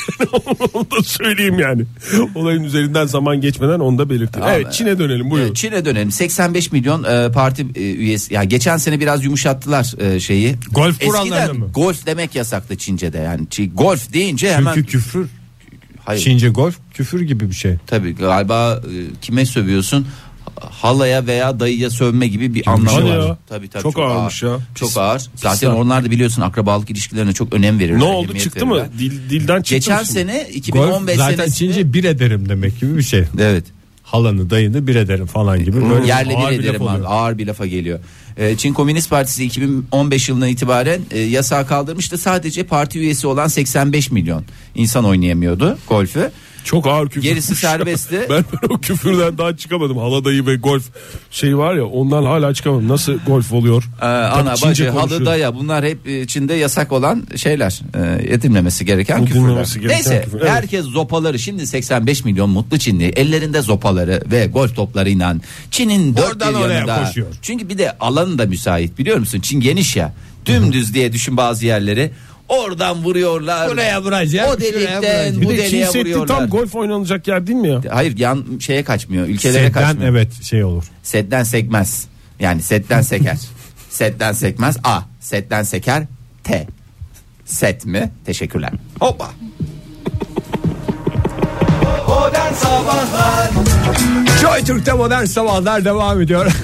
Onu da söyleyeyim yani. Olayın üzerinden zaman geçmeden onu da belirteyim. Abi, Evet, Çin'e dönelim, buyurun. Evet, Çin'e dönelim. seksen beş milyon e, parti e, üyesi. Yani geçen sene biraz yumuşattılar e, şeyi. Golf kurallarını Eskiden mı? golf demek yasaktı Çince'de yani. Çi- golf deyince hemen. Çünkü küfür. Hayır. Çince golf küfür gibi bir şey. Tabii galiba e, kime sövüyorsun? Halaya veya dayıya sövme gibi bir anlamı Hadi var. ya. Tabii tabii. Çok ağırmış ya. Çok Pis- ağır. Zaten pis- onlar da biliyorsun akrabalık ilişkilerine çok önem verirler. Ne oldu, ehemmiyet çıktı mı? verirler. Dil, dilden çıktı Geçen mı şimdi? sene iki bin on Golf beş zaten senesinde. Çince bir ederim demek gibi bir şey. Evet. Halanı dayını bir ederim falan gibi böyle Yerle ağır bir bir ederim laf abi. oluyor. Ağır bir lafa geliyor. E, Çin Komünist Partisi iki bin on beş yılından itibaren e, yasağı kaldırmıştı. Sadece parti üyesi olan seksen beş milyon insan oynayamıyordu golfü. Çok ağır küfür. Gerisi serbestti. Ben, ben o küfürden daha çıkamadım. Haladayı ve golf şey var ya, ondan hala çıkamadım. Nasıl golf oluyor? Ee, ana Çince bacı konuşuyor. halı daya bunlar hep Çin'de yasak olan şeyler. E, edilmemesi gereken Edilmemesi küfürler. gereken Neyse küfür, evet. herkes zopaları, şimdi seksen beş milyon mutlu Çinli ellerinde zopaları ve golf toplarıyla Çin'in dört Oradan bir oraya yanında. koşuyor. Çünkü bir de alanı da müsait, biliyor musun? Çin geniş ya. Dümdüz diye düşün bazı yerleri. Oradan vuruyorlar. Buraya vuracak, O şuraya delikten vuracak. bu Bir de Çin deliğe Seddi vuruyorlar. tam golf oynanacak yer değil mi ya? Hayır, yan şeye kaçmıyor. Ülkelere Setten kaçmıyor. evet şey olur. Setten sekmez. Yani setten seker. Setten sekmez. A. Setten seker. T. Set mi? Teşekkürler. Hoppa. Modern Sabahlar Joy Türk'te modern sabahlar devam ediyor.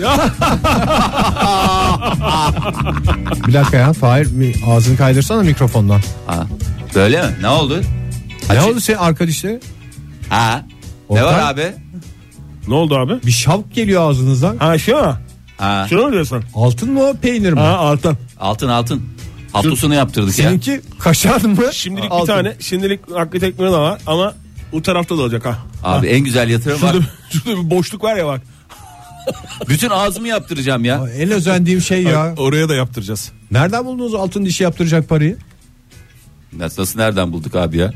Bir dakika ya Fahir, bir ağzını kaydırsana mikrofondan. Ha. Böyle mi? Ne oldu? Ne Açık- oldu senin arka dişleri? Ha. Ne Oktay? var abi? Ne oldu abi? Bir şavk geliyor ağzınızdan. Ha şu mu? Ha. Şunu mu diyorsun? Altın mı o, peynir mi? Ha altın. Altın altın. Haftusunu yaptırdık ya. Seninki kaşar mı? Şimdilik Altın. bir tane. Şimdilik nakli tekmiri de var ama bu tarafta da olacak ha. Abi en güzel yatırım var. Şurada, şurada bir boşluk var ya bak. Bütün ağzımı yaptıracağım ya. En özendiğim şey ya. Oraya da yaptıracağız. Nereden buldunuz altın dişi yaptıracak parayı? Nasıl, nasıl nereden bulduk abi ya?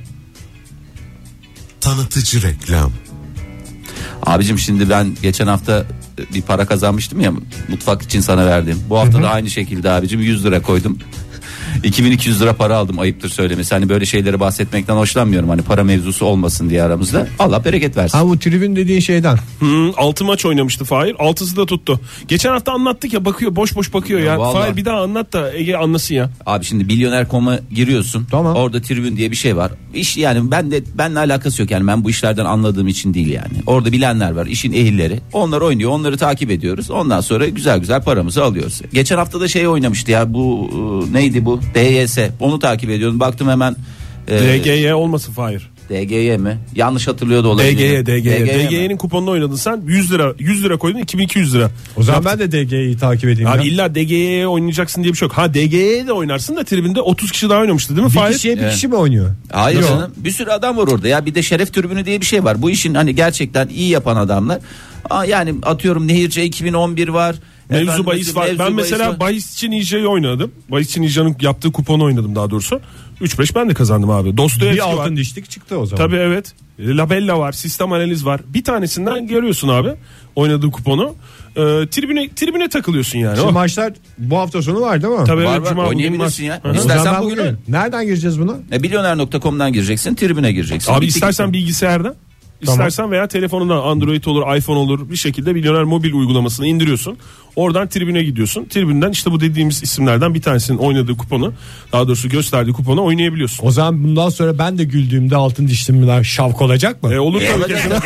Tanıtıcı reklam. Abicim şimdi ben geçen hafta bir para kazanmıştım ya, mutfak için sana verdim. Bu hafta da aynı şekilde abicim yüz lira koydum. iki bin iki yüz lira para aldım, ayıptır söylemesi. Hani böyle şeyleri bahsetmekten hoşlanmıyorum. Hani para mevzusu olmasın diye aramızda. Allah bereket versin. Ha bu tribün dediğin şeyden. Hmm, altı maç oynamıştı Fahir. Altısı da tuttu. Geçen hafta anlattık ya, bakıyor boş boş bakıyor ya. vallahi. Fahir bir daha anlat da Ege anlasın ya. Abi şimdi milyoner nokta com'a giriyorsun. Tamam. Orada tribün diye bir şey var. İş yani ben de benle alakası yok yani, ben bu işlerden anladığım için değil yani. Orada bilenler var, işin ehilleri. Onlar oynuyor, onları takip ediyoruz. Ondan sonra güzel güzel paramızı alıyoruz. Geçen hafta da şey oynamıştı ya, bu e, neydi bu? D Y S. Onu takip ediyordum. Baktım hemen e, D G Y olmasın Fahir. D G Y mi? Yanlış hatırlıyor da olabilir. D G Y, D G Y. D G Y mi? D G Y'nin kuponunu oynadın sen. yüz lira yüz lira koydun, iki bin iki yüz lira. O zaman ben de D G'yi takip edeyim. Abi ya. illa D G Y'ye oynayacaksın diye bir şey yok. Ha D G Y'ye de oynarsın da tribünde otuz kişi daha oynamıştı değil mi Bir Fahir? kişiye bir Evet. kişi mi oynuyor? Hayır Yok. canım, bir sürü adam var orada ya. Bir de şeref tribünü diye bir şey var. Bu işin hani gerçekten iyi yapan adamlar. Aa, yani atıyorum Nehirce iki bin on bir var. Mevzu Efendim, bahis var. mevzu Ben bahis mesela var. bahis için İJ'yi oynadım. Bahis için İJ'nin yaptığı kuponu oynadım daha doğrusu. üç beş ben de kazandım abi. Dostoyevski Bir var. altın dişlik çıktı o zaman. Tabii evet. Labella var, sistem analiz var. Bir tanesinden görüyorsun abi oynadığı kuponu. Ee, tribüne tribüne takılıyorsun yani. Şimdi O. maçlar bu hafta sonu var değil mi? Tabii Var, evet, var. Cuma bugün Oynayabilirsin maç. ya. Hı hı. O İstersen zaman ben bugün bugün- oyna. Nereden gireceğiz buna? E, milyoner nokta com'dan gireceksin, tribüne gireceksin. Abi Bitti istersen gitti. bilgisayardan, Tamam. istersen veya telefonundan, Android olur, iPhone olur, bir şekilde Milyoner Mobil uygulamasını indiriyorsun. Oradan tribüne gidiyorsun. Tribünden işte bu dediğimiz isimlerden bir tanesinin oynadığı kuponu, daha doğrusu gösterdiği kuponu oynayabiliyorsun. O zaman bundan sonra ben de güldüğümde altın dişlimler şavk olacak mı? E, olur E, tabii olacak. kesin.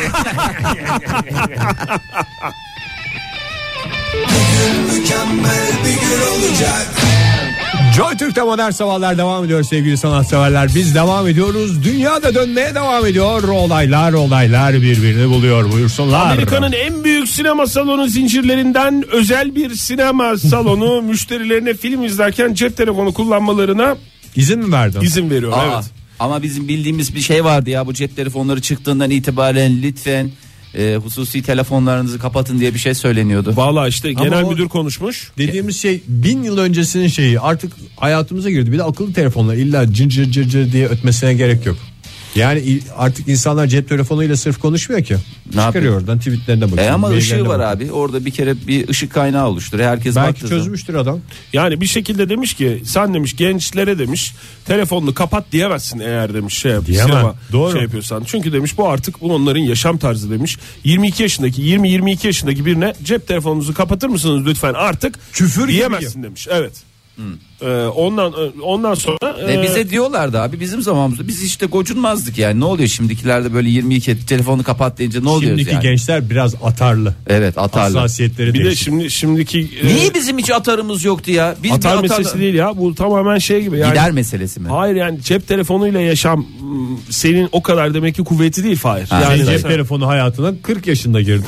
mükemmel bir gün olacak. Joy Türk'te modern sabahlar devam ediyor sevgili sanatseverler. Biz devam ediyoruz. Dünyada dönmeye devam ediyor. Olaylar olaylar birbirini buluyor. Buyursunlar. Amerika'nın en büyük sinema salonu zincirlerinden özel bir sinema salonu müşterilerine film izlerken cep telefonu kullanmalarına izin mi verdin? izin veriyor. Aa, Evet. ama bizim bildiğimiz bir şey vardı ya, bu cep telefonları çıktığından itibaren lütfen e, hususi telefonlarınızı kapatın diye bir şey söyleniyordu. Valla işte genel o- müdür konuşmuş. Dediğimiz şey bin yıl öncesinin şeyi artık hayatımıza girdi. Bir de akıllı telefonlar illa cır cır cır cır diye ötmesine gerek yok. Yani il- artık insanlar cep telefonuyla sırf konuşmuyor ki. Çıkarıyor yapıyor? oradan tweetlerine bakıyor. E ama maillerine ışığı var bakıyor. abi. Orada bir kere bir ışık kaynağı oluştur. Herkes Belki baktığı zaman- çözmüştür adam. Yani bir şekilde demiş ki sen demiş gençlere demiş telefonunu kapat diyemezsin eğer demiş şey yap- Diyemem. sinema Doğru. şey yapıyorsan. Çünkü demiş bu artık bu onların yaşam tarzı demiş. yirmi iki yaşındaki yirmi yirmi iki yaşındaki birine cep telefonunuzu kapatır mısınız lütfen artık Küfür gibi diyemezsin demiş. Evet. Ee, ondan ondan sonra E e, bize diyorlardı abi bizim zamanımızda biz işte gocunmazdık yani. Ne oluyor şimdikilerde böyle yirmi iki telefonu kapat deyince ne oluyoruz Şimdiki yani? gençler biraz atarlı. Evet, atarlı. Hassasiyetleri bir de değişik. şimdi şimdiki e, Niye bizim hiç atarımız yoktu ya? Biz atar bir meselesi değil ya. Bu tamamen şey gibi yani. Gider meselesi mi? Hayır yani cep telefonuyla yaşam m, senin o kadar demek ki kuvveti değil Fahir. Ha, yani Yani cep mesela- telefonu hayatına kırk yaşında girdi.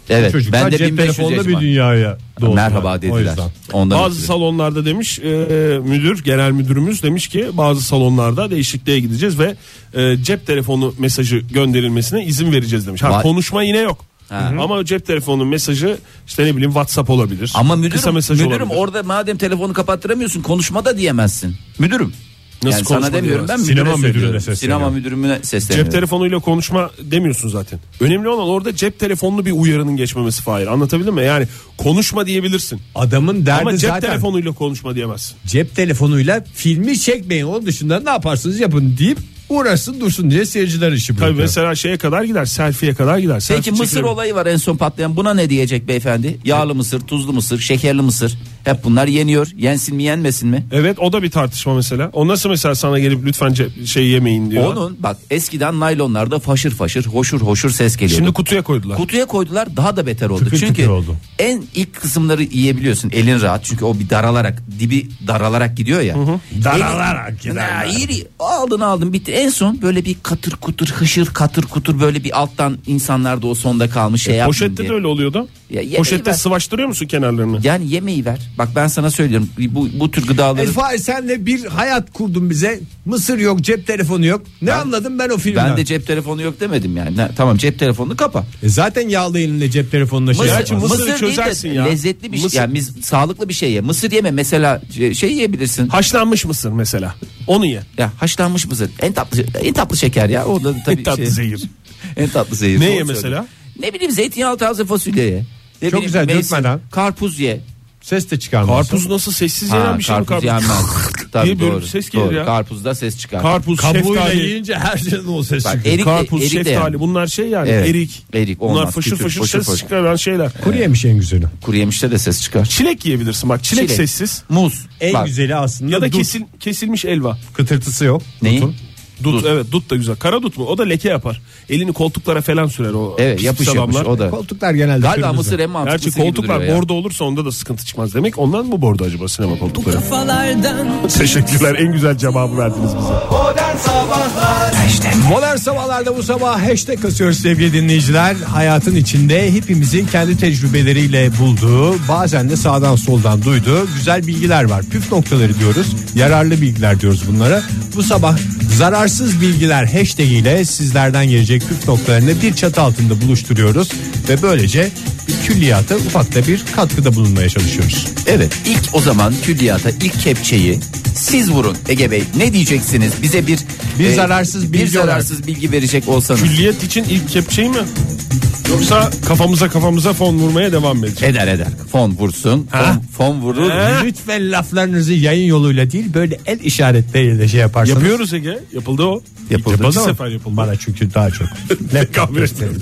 Evet, Çocuklar ben de cep bin beş yüz telefonla bir yaşıma. dünyaya doğdular. Merhaba O dediler. yüzden. Ondan Bazı ötürü. salonlarda demiş e, müdür, genel müdürümüz demiş ki bazı salonlarda değişikliğe gideceğiz ve e, cep telefonu mesajı gönderilmesine izin vereceğiz demiş. Ha, Va- konuşma yine yok. Ha. Ama cep telefonu mesajı işte ne bileyim WhatsApp olabilir. Ama Kısa müdürüm, mesaj müdürüm olabilir. orada madem telefonu kapattıramıyorsun konuşma da diyemezsin. Müdürüm. Nasıl yani konuşma sana demiyorum ben diyemezsin? müdüre Sinema müdürüne söylüyorum. sesleniyor. Sinema müdürümüne sesleniyorum. Cep telefonuyla konuşma demiyorsun zaten. Önemli olan orada cep telefonlu bir uyarının geçmemesi Fahir. Anlatabildim mi? Yani konuşma diyebilirsin. Adamın derdi Ama cep zaten telefonuyla konuşma diyemezsin. cep telefonuyla filmi çekmeyin, onun dışında ne yaparsınız yapın deyip uğraşsın dursun diye seyirciler işi Tabii bırakıyor. mesela şeye kadar gider, selfie'ye kadar gider. Peki Selfie mısır çekilebilir. olayı var en son patlayan. Buna ne diyecek beyefendi? Yağlı mısır, tuzlu mısır, şekerli mısır. Hep bunlar yeniyor. Yensin mi yenmesin mi? Evet, o da bir tartışma mesela. O nasıl mesela sana gelip lütfen ce- şey yemeyin diyor. Onun bak eskiden naylonlarda faşır faşır hoşur hoşur ses geliyordu. Şimdi kutuya koydular. Kutuya koydular, daha da beter oldu. Tıkır çünkü tıkır oldu. en ilk kısımları yiyebiliyorsun, elin rahat çünkü o bir daralarak, dibi daralarak gidiyor ya. Daralarak Elin- giderler. Ha, iri aldın aldın bitti. En son böyle bir katır kutur hışır katır kutur böyle bir alttan insanlar da o sonda kalmış şey yapmayın Poşette diye. de öyle oluyordu. Ya yemeği Poşette ver. sıvaştırıyor musun kenarlarını? Yani yemeği ver. Bak ben sana söylüyorum bu, bu tür gıdaları. E, Fahir sen de bir hayat kurdun bize. Mısır yok, cep telefonu yok. Ne Ben- anladım ben o filmden? Ben de cep telefonu yok demedim yani. Ne- tamam cep telefonunu kapa. E zaten yağlı elinle cep telefonuna şey Mısır, Gerçi yapar. mısırı mısır değil de çözersin ya. lezzetli bir şey. Mısır- Yani biz, sağlıklı bir şey ye. Mısır yeme mesela şey, şey yiyebilirsin. Haşlanmış mısır mesela. Onu ye. Ya haşlanmış mısır. En tatlı en tatlı şeker ya. O da tabii En tatlı şey- zehir. En tatlı zehir. Ne Doğru ye söylüyorsun. mesela? Ne bileyim zeytinyağlı taze fasulye ye. Ne Çok bileyim, güzel, mevsim- dürtmeden. Karpuz ye. Ses de çıkarmaz. Karpuz nasıl sessiz Ha, yenen bir şey mi karpuz karpuz? yenmez. Tabii diye böyle doğru. bir ses gelir doğru. ya. Karpuzda ses çıkar. Karpuz, Kabuğuyla şeftali, yiyince her şeyden o ses Bak, çıkıyor. erik de- karpuz, erik de şeftali yani. bunlar şey yani Evet, erik. erik Bunlar olmaz, fışır kütür, fışır fışır ses fışır. çıkaran şeyler. Kuru yemiş en güzeli. Kuru yemişte de ses çıkar. Çilek yiyebilirsin bak, çilek, Çilek. sessiz. Muz. En Bak, güzeli aslında Ya da dut. kesil, kesilmiş elva. Kıtırtısı yok. Neyi? Dutun. Dut, Dut. evet, dut da güzel. Kara dut mu? O da leke yapar. Elini koltuklara falan sürer o. Evet pis yapış pis yapış adamlar. o da. Koltuklar genelde Galiba kırmızı. mısır en mantıklısı Gerçi gibi koltuklar duruyor ya. bordo olursa onda da sıkıntı çıkmaz demek. Ondan mı bordo acaba sinema koltukları? Kafalardan Teşekkürler, en güzel cevabı verdiniz bize. Modern Sabahlar Modern sabahlarda bu sabah hashtag kasıyoruz sevgili dinleyiciler. Hayatın içinde hepimizin kendi tecrübeleriyle bulduğu, bazen de sağdan soldan duyduğu güzel bilgiler var. Püf noktaları diyoruz, yararlı bilgiler diyoruz bunlara. Bu sabah zararsız bilgiler hashtag ile sizlerden gelecek püf noktalarını bir çatı altında buluşturuyoruz. Ve böylece bir külliyata ufak da bir katkıda bulunmaya çalışıyoruz. Evet ilk o zaman külliyata ilk kepçeyi siz vurun Ege Bey. Ne diyeceksiniz? Bize bir Bir zararsız bir bilgi zararsız bilgi verecek olsanız. Külliyet için ilk kepçeyi mi? Yoksa kafamıza kafamıza fon vurmaya devam mı edecek? Eder eder. Fon vursun. Fon, fon vurur. Ha? Lütfen laflarınızı yayın yoluyla değil böyle el işaretleriyle şey yaparsanız. Yapıyoruz Ege. Yapıldı o. Yapıldı. İki Yapıldı mı? sefer yapıldı. Bana çünkü daha çok. Kahve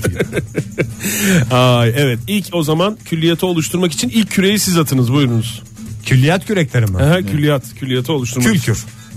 Ay, evet, ilk o zaman külliyatı oluşturmak için ilk küreyi siz atınız, buyurunuz. Külliyat kürekleri mi? Aha, külliyat, külliyatı oluşturmak. Külkür.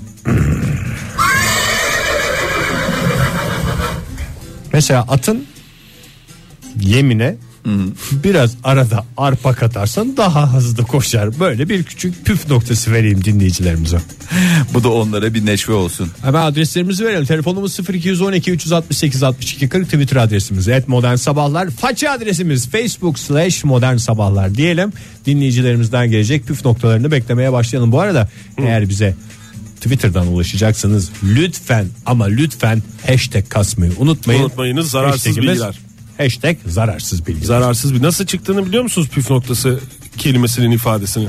Mesela atın yemine biraz arada arpa katarsan daha hızlı koşar. Böyle bir küçük püf noktası vereyim dinleyicilerimize. Bu da onlara bir neşve olsun. Hemen adreslerimizi verelim. Telefonumuz sıfır iki on iki üç altı sekiz altmış iki kırk, Twitter adresimiz et modern sabahlar, faça adresimiz facebook slash modern sabahlar diyelim. Dinleyicilerimizden gelecek püf noktalarını beklemeye başlayalım. Bu arada eğer bize Twitter'dan ulaşacaksanız lütfen ama lütfen hashtag kasmayı unutmayın. Unutmayınız, zararsız Hashtagimiz bilgiler. Hashtag zararsız bilgiler. Zararsız bir. Nasıl çıktığını biliyor musunuz püf noktası kelimesinin ifadesini?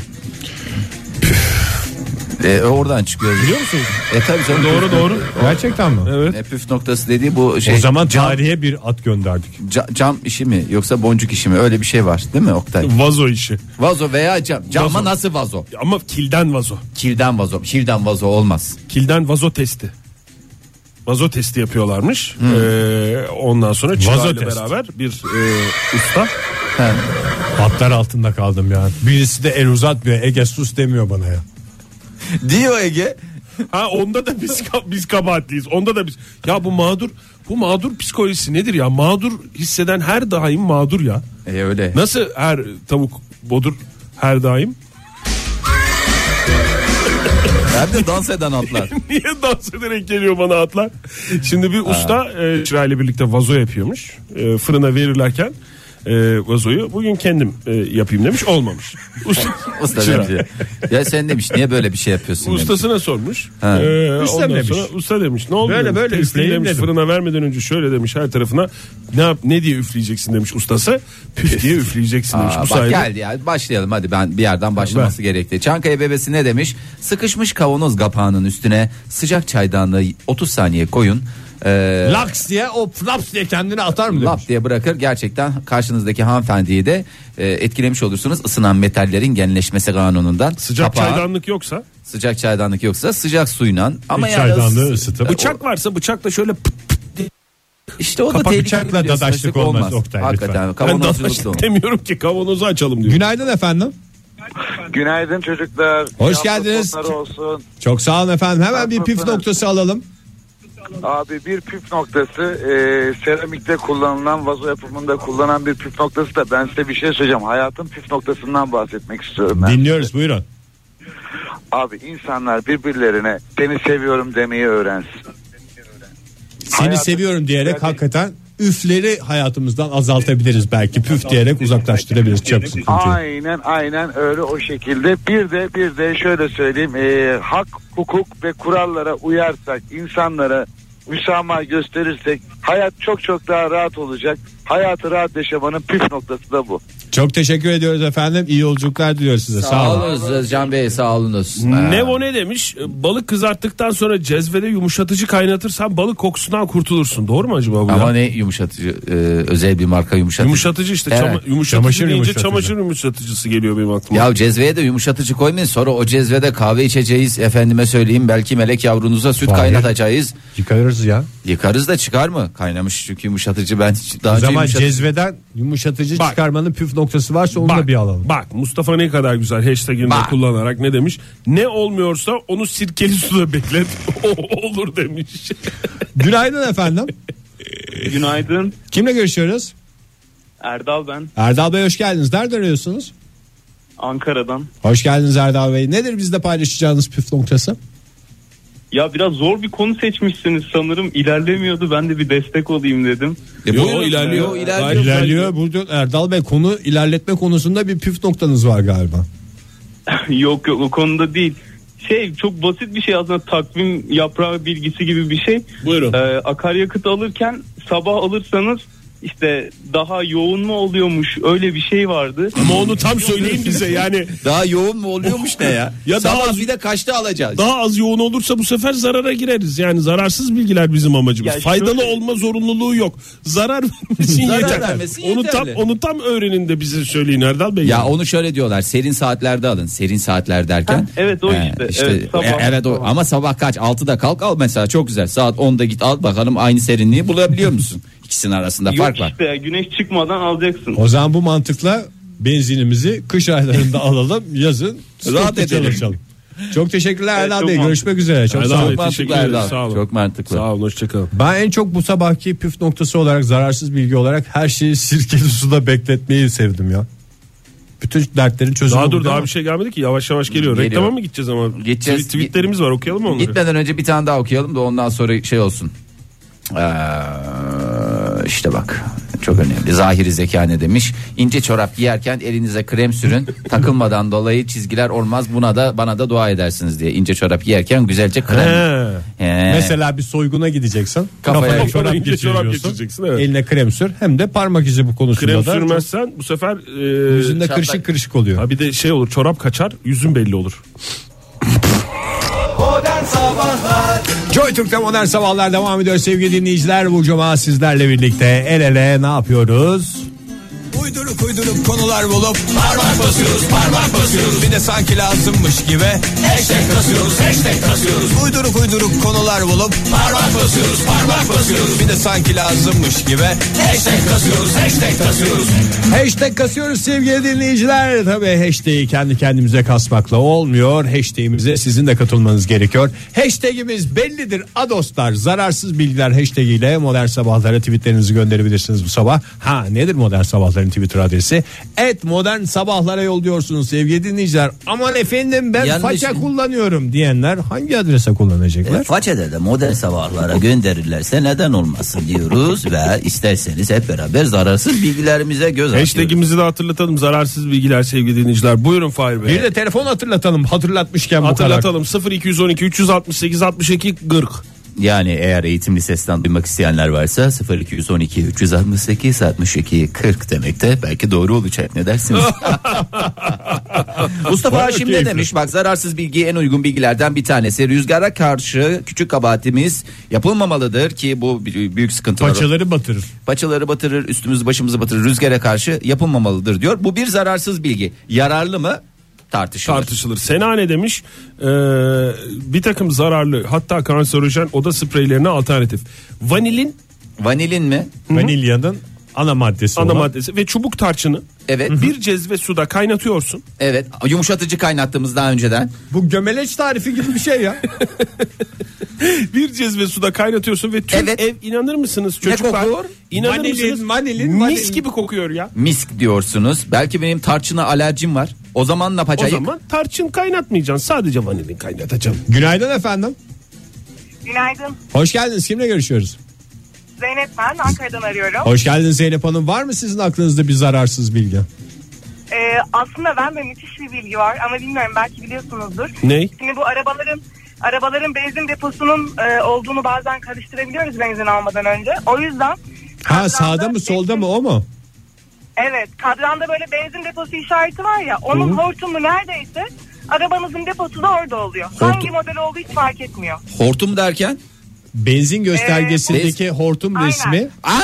E, oradan çıkıyor. Biliyor musunuz? E tabii canım. Doğru doğru. Gerçekten mi? Evet. E, püf noktası dediği bu şey. O zaman cam, tarihe bir at gönderdik. ca- cam işi mi yoksa boncuk işi mi? Öyle bir şey var değil mi Oktay? Vazo işi. Vazo veya cam. Cama Vazo. nasıl vazo? Ama kilden vazo. Kilden vazo. Kilden vazo olmaz. Kilden vazo testi. Vazo testi yapıyorlarmış. Ee, ondan sonra Vazo çırağıyla testi. beraber bir e, usta. He. Atlar altında kaldım ya. Birisi de el uzatmıyor. Ege sus demiyor bana ya. Diyor Ege. Ha, onda da biz biz kabahatliyiz. Onda da biz. Ya bu mağdur bu mağdur psikolojisi nedir ya? Mağdur hisseden her daim mağdur ya. E öyle. Nasıl her tavuk bodur her daim? Hem de dans eden atlar. Niye dans ederek geliyor bana atlar? Şimdi bir usta e, çırağıyla birlikte vazo yapıyormuş. E, fırına verirlerken e, vazoyu. Bugün kendim e, yapayım demiş, olmamış. Usta, Usta demiş ya. Ya sen demiş niye böyle bir şey yapıyorsun demiş. Ustasına sormuş. Ha. Ee, Usta ondan demiş. sonra usta demiş. Ne oldu? Böyle demiş. böyle Testi üfleyin demiş, dedim. fırına vermeden önce şöyle demiş her tarafına. Ne yap ne diye üfleyeceksin demiş ustası. Püf diye üfleyeceksin demiş. Aa, Bu bak sayede. geldi ya, başlayalım hadi, ben bir yerden başlaması gerekti. Çankaya bebesi ne demiş? Sıkışmış kavanoz kapağının üstüne sıcak çaydanlığı otuz saniye koyun. Ee, Laks diye o flaps diye kendini atar mı demiş. Lap diye bırakır, gerçekten karşınızdaki hanımefendiyi de e, etkilemiş olursunuz. Isınan metallerin genleşmesi kanunundan. Sıcak Kapağı, çaydanlık yoksa. sıcak çaydanlık yoksa sıcak suyla ama Bir yani çaydanlığı ısıtıp. Bıçak varsa bıçakla şöyle pıt pıt diye. işte o da Kapak tehlikeli, bıçakla biliyorsun, dadaşlık işte olmaz Oktay, Hakikaten Ben kavanozculuk da dadaşlık olmaz. demiyorum ki, kavanozu açalım diyor. Günaydın efendim. Günaydın çocuklar. Hoş İyi geldiniz. hafta sonları olsun. Çok sağ olun efendim. Hemen bir püf Nasılsınız? noktası alalım. Abi bir püf noktası e, seramikte kullanılan, vazo yapımında kullanılan bir püf noktası da ben size bir şey söyleyeceğim. Hayatın püf noktasından bahsetmek istiyorum ben. Dinliyoruz, buyurun. Abi insanlar birbirlerine seni seviyorum demeyi öğrensin. Seni Hayatı- seviyorum diyerek Yani- hakikaten üfleri hayatımızdan azaltabiliriz belki. Püf diyerek uzaklaştırabiliriz. Çok sıkıntı. Aynen aynen öyle, o şekilde. Bir de bir de şöyle söyleyeyim, e, hak, hukuk ve kurallara uyarsak, insanlara müsamaha gösterirsek hayat çok çok daha rahat olacak. Hayatı rahat yaşamanın püf noktası da bu. Çok teşekkür ediyoruz efendim. İyi yolculuklar diliyoruz size. Sağ, Sağ olun. olun Can Bey, sağ olunuz. Nevo ne demiş? Balık kızarttıktan sonra cezvede yumuşatıcı kaynatırsan balık kokusundan kurtulursun. Doğru mu acaba bu Ama ya? ne yumuşatıcı, e, özel bir marka yumuşatıcı. Yumuşatıcı işte, Evet. çama- yumuşatıcı Çamaşır deyince yumuşatıcı. çamaşır yumuşatıcısı geliyor benim aklıma. Ya cezveye de yumuşatıcı koymayın, sonra o cezvede kahve içeceğiz, efendime söyleyeyim belki melek yavrunuza süt Hayır. kaynatacağız. Yıkarız ya. Yıkarız da çıkar mı? Kaynamış çünkü yumuşatıcı, ben hiç daha O önce zaman yumuşatıcı- cezveden yumuşatıcı Bak. çıkarmanın püf noktası varsa onu da bir alalım. Bak Mustafa ne kadar güzel hashtag'ini de Bak. kullanarak ne demiş? Ne olmuyorsa onu sirkeli suda beklet. O olur demiş. Günaydın efendim. Günaydın. Kimle görüşüyoruz? Erdal ben. Erdal Bey hoş geldiniz. Nereden arıyorsunuz? Ankara'dan. Hoş geldiniz Erdal Bey. Nedir bizde paylaşacağınız püf noktası? Ya biraz zor bir konu seçmişsiniz sanırım. İlerlemiyordu. Ben de bir destek olayım dedim. E, Yo, buyurun. ilerliyor. Yo, ilerliyor. Gayet İlerliyor. Burada Erdal Bey, konu ilerletme konusunda bir püf noktanız var galiba. Yok yok, o konuda değil. Şey, çok basit bir şey aslında, takvim yaprağı bilgisi gibi bir şey. Buyurun. Ee, akaryakıt alırken sabah alırsanız işte daha yoğun mu oluyormuş, öyle bir şey vardı. Ama onu tam söyleyin bize yani. Daha yoğun mu oluyormuş ne ya? Ya Sabah daha az- bir de kaçta alacağız? Daha az yoğun olursa bu sefer zarara gireriz. Yani zararsız bilgiler bizim amacımız. Ya Faydalı şöyle- olma zorunluluğu yok. Zarar vermesin Zarar yeter. vermesin onu yeterli. tam onu tam öğrenin de bize söyleyin Erdal Bey. Ya yani. onu şöyle diyorlar, serin saatlerde alın. Serin saatler derken. Ha, evet, o işte. Evet, sabah. e, evet o, ama sabah kaç? altıda kalk al mesela, çok güzel. Saat onda git al bakalım, aynı serinliği bulabiliyor musun? İkisinin arasında Yok fark var. işte, güneş çıkmadan alacaksın. O zaman bu mantıkla benzinimizi kış aylarında alalım, yazın Rahat stokta edelim. çalışalım. Çok teşekkürler Evet, Erdal çok Bey. mantıklı. Görüşmek üzere. Çok Erdal sağ Bey, olun. Mantıklı teşekkür ederiz. Erdal. Sağ olun. Çok mantıklı. Sağ olun, hoşçakalın. Ben en çok bu sabahki püf noktası olarak, zararsız bilgi olarak her şeyi sirkeli suda bekletmeyi sevdim ya. Bütün dertlerin çözümü. Daha bu dur, değil daha mi? bir şey gelmedi ki, yavaş yavaş geliyor. Geliyor. Reklama mı gideceğiz ama? Gideceğiz. Tweet- Tweetlerimiz var, okuyalım mı onları? Gitmeden önce bir tane daha okuyalım da ondan sonra şey olsun. Ee, işte bak, çok önemli. Zahiri zeka ne demiş? İnce çorap giyerken elinize krem sürün. Takılmadan dolayı çizgiler olmaz. Buna da bana da dua edersiniz diye. İnce çorap giyerken güzelce krem. He. He. Mesela bir soyguna gideceksin. Kafaya- Kafaya, Kafana çorap ince çorap geçiriyorsun. geçireceksin, evet. Eline krem sür. Hem de parmak izi bu konusunda Krem da. sürmezsen bu sefer çok- e, Yüzünde Çatlak. kırışık kırışık oluyor. ha bir de şey olur, çorap kaçar, yüzün belli olur. Modern Sabahlar Joy Türk'te modern sabahlar devam ediyor sevgili dinleyiciler. Bu cuma sizlerle birlikte el ele ne yapıyoruz? Uyduruk uyduruk konular bulup parmak basıyoruz parmak basıyoruz. Bir de sanki lazımmış gibi hashtag kasıyoruz hashtag kasıyoruz. Uyduruk uyduruk konular bulup parmak basıyoruz parmak basıyoruz. Bir de sanki lazımmış gibi hashtag kasıyoruz hashtag kasıyoruz. Hashtag kasıyoruz sevgili dinleyiciler. Tabii hashtag'i kendi kendimize kasmakla olmuyor. Hashtag'imize sizin de katılmanız gerekiyor. Hashtag'imiz bellidir adoslar. Zararsız bilgiler hashtag ile modern sabahlara tweetlerinizi gönderebilirsiniz bu sabah. Ha, nedir modern sabahların Twitter adresi. Et modern sabahlara yolluyorsunuz sevgili dinleyiciler. Aman efendim ben Yanlış. faça kullanıyorum diyenler hangi adrese kullanacaklar? E, façede de modern sabahlara gönderirlerse neden olmasın diyoruz ve isterseniz hep beraber zararsız bilgilerimize göz atıyoruz. Hashtag'imizi de hatırlatalım, zararsız bilgiler sevgili dinleyiciler. Buyurun Fahir Bey. Bir de telefon hatırlatalım, hatırlatmışken bu kadar. Hatırlatalım sıfır iki on iki üç altı sekiz altmış iki kırk. Yani eğer eğitimli sesten duymak isteyenler varsa sıfır iki on iki üç altı sekiz altmış iki kırk demekte belki doğru olacak, ne dersiniz? Mustafa Haşim ne demiş? Bak, zararsız bilgi en uygun bilgilerden bir tanesi. Rüzgara karşı küçük kabahatimiz yapılmamalıdır ki bu büyük sıkıntılar. Paçaları batırır. Paçaları batırır, üstümüzü başımızı batırır. Rüzgara karşı yapılmamalıdır diyor. Bu bir zararsız bilgi. Yararlı mı? Tartışılır. Tartışılır. Sena ne demiş? Ee, bir takım zararlı, hatta kanserojen oda spreylerine alternatif. Vanilin, Vanilin mi? Vanilyanın ana maddesi ana olan. maddesi ve çubuk tarçını. Evet. Bir cezve suda kaynatıyorsun. Evet. Yumuşatıcı kaynattığımız daha önceden. Bu gömeleç tarifi gibi bir şey ya. Bir cezve suda kaynatıyorsun ve tüm Evet. ev, inanır mısınız çocuklar? Ne kokuyor? İnanır Vanilin, mısınız? vanilin, Mis vanilin. gibi kokuyor ya. Misk diyorsunuz. Belki benim tarçına alerjim var. O zaman ne O yapacağız? zaman tarçın kaynatmayacaksın. Sadece vanilin kaynatacaksın. Günaydın efendim. Günaydın. Hoş geldiniz. Kimle görüşüyoruz? Zeynep ben. Ankara'dan arıyorum. Hoş geldiniz Zeynep Hanım. Var mı sizin aklınızda bir zararsız bilgi? Ee, aslında bende müthiş bir bilgi var ama bilmiyorum, belki biliyorsunuzdur. Ne? Şimdi bu arabaların arabaların benzin deposunun e, olduğunu bazen karıştırabiliyoruz benzin almadan önce. O yüzden Ha, kadranda sağda mı solda mı, o mu? Evet, kadranda böyle benzin deposu işareti var ya, onun hortumu neredeyse arabanızın deposu da orada oluyor. Hortum. Hangi model olduğu hiç fark etmiyor. Hortum derken? Benzin göstergesindeki Ee, hortum aynen. resmi. Aa!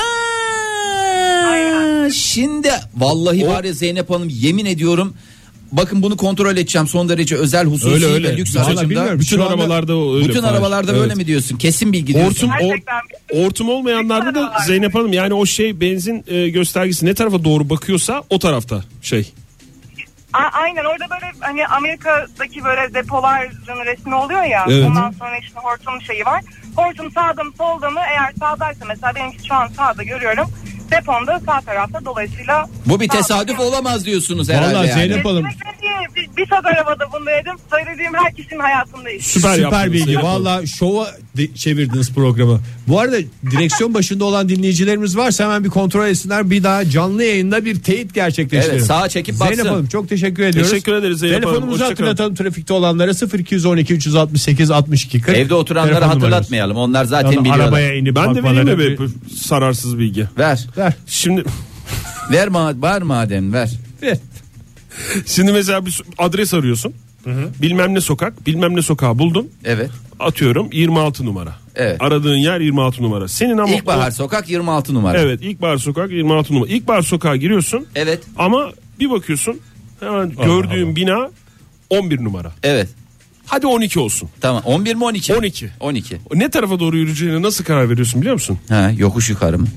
Aynen. Şimdi vallahi var ya Zeynep Hanım, yemin ediyorum. Bakın bunu kontrol edeceğim, son derece özel hususi Öyle, ve öyle. lüks Vallahi aracımda. bilmiyorum. Bütün Şu anda- arabalarda o öyle. Bütün Fahir. arabalarda Evet. böyle mi diyorsun? Kesin bilgi diyorsun. Hortum, o, Gerçekten. hortum olmayanlarda da arabalarda. Zeynep Hanım, yani o şey benzin e, göstergesi ne tarafa doğru bakıyorsa o tarafta şey. A- aynen, orada böyle hani Amerika'daki böyle depoların resmi oluyor ya. Evet. Ondan sonra işte hortum şeyi var. Hortum sağda mı solda mı? Eğer sağdaysa, mesela benimki şu an sağda görüyorum. Depomda sağ tarafta, dolayısıyla. Bu bir sağda. tesadüf olamaz diyorsunuz herhalde. Vallahi yani. Zeynep Hanım. Kesinlikle değil. Bir, bir tek arabada bunu dedim. Söylediğim herkesin hayatındayız. Süper, Süper yaptınız bilgi. Zeynep Hanım. Valla şova de- çevirdiniz programı. Bu arada direksiyon başında olan dinleyicilerimiz varsa hemen bir kontrol etsinler. Bir daha canlı yayında bir teyit gerçekleştirelim. Evet, sağa çekip Zeynep baksın. Hanım çok teşekkür ediyoruz. Teşekkür ederiz Zeynep Hanım. Telefonumuzu Hoşça kalın. hatırlatalım trafikte olanlara sıfır iki on iki üç altı sekiz altmış iki kırk. Evde oturanları Telefon numaramız. hatırlatmayalım. Onlar zaten Ama biliyorlar. arabaya inip Ben de vereyim mi bakmaları be sararsız bilgi? Ver. Ver. Şimdi Ver ma var madem ver. Ver. şimdi mesela bir adres arıyorsun. Bilmem ne sokak, bilmem ne sokağı buldun. Evet. Atıyorum yirmi altı numara. Evet. Aradığın yer yirmi altı numara. Senin ama İlkbahar o- sokak yirmi altı numara. Evet, İlkbahar sokak yirmi altı numara. İlkbahar sokağa giriyorsun. Evet. Ama bir bakıyorsun hemen gördüğün bina on bir numara. Evet. Hadi on iki olsun. Tamam. on bir mi on iki? on iki. on iki. Ne tarafa doğru yürüyeceğine nasıl karar veriyorsun biliyor musun? Ha, yokuş yukarı mı?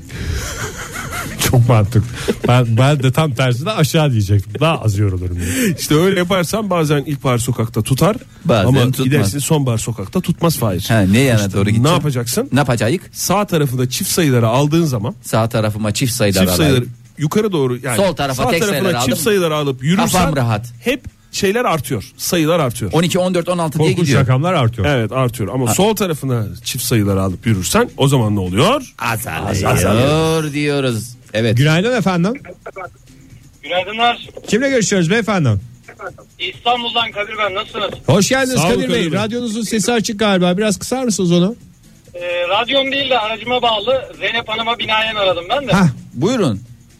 Çok mantıklı. Ben, ben de tam tersine aşağı diyecektim. Daha az yorulurum diye. İşte öyle yaparsan bazen ilkbahar sokakta tutar. Bazen ama tutmaz. gidersin sonbahar sokakta tutmaz Fahir. Ha, ne yana doğru gideceksin? Ne yapacaksın? Ne yapacağız? Sağ tarafında çift sayıları aldığın zaman Sağ tarafıma çift sayılar çift alayım. sayıları yukarı doğru yani Sol tarafa sağ tek tarafına sayıları çift aldım. sayıları alıp yürürsen Kafam rahat. hep şeyler artıyor. Sayılar artıyor. on iki on dört on altı diye Korkunç gidiyor. rakamlar artıyor. Evet artıyor ama sol tarafına çift sayıları alıp yürürsen o zaman ne oluyor? Azalıyor diyoruz. Evet. Günaydın efendim. Günaydınlar. Kimle görüşüyoruz beyefendi? İstanbul'dan Kadir ben, nasılsınız? Hoş geldiniz Sağ olun Kadir Bey. Kadir Bey. Radyonuzun sesi açık galiba. Biraz kısar mısınız onu? Ee, radyom değil de aracıma bağlı Zeynep Hanım'a binaen aradım ben de. Hah. Buyurun.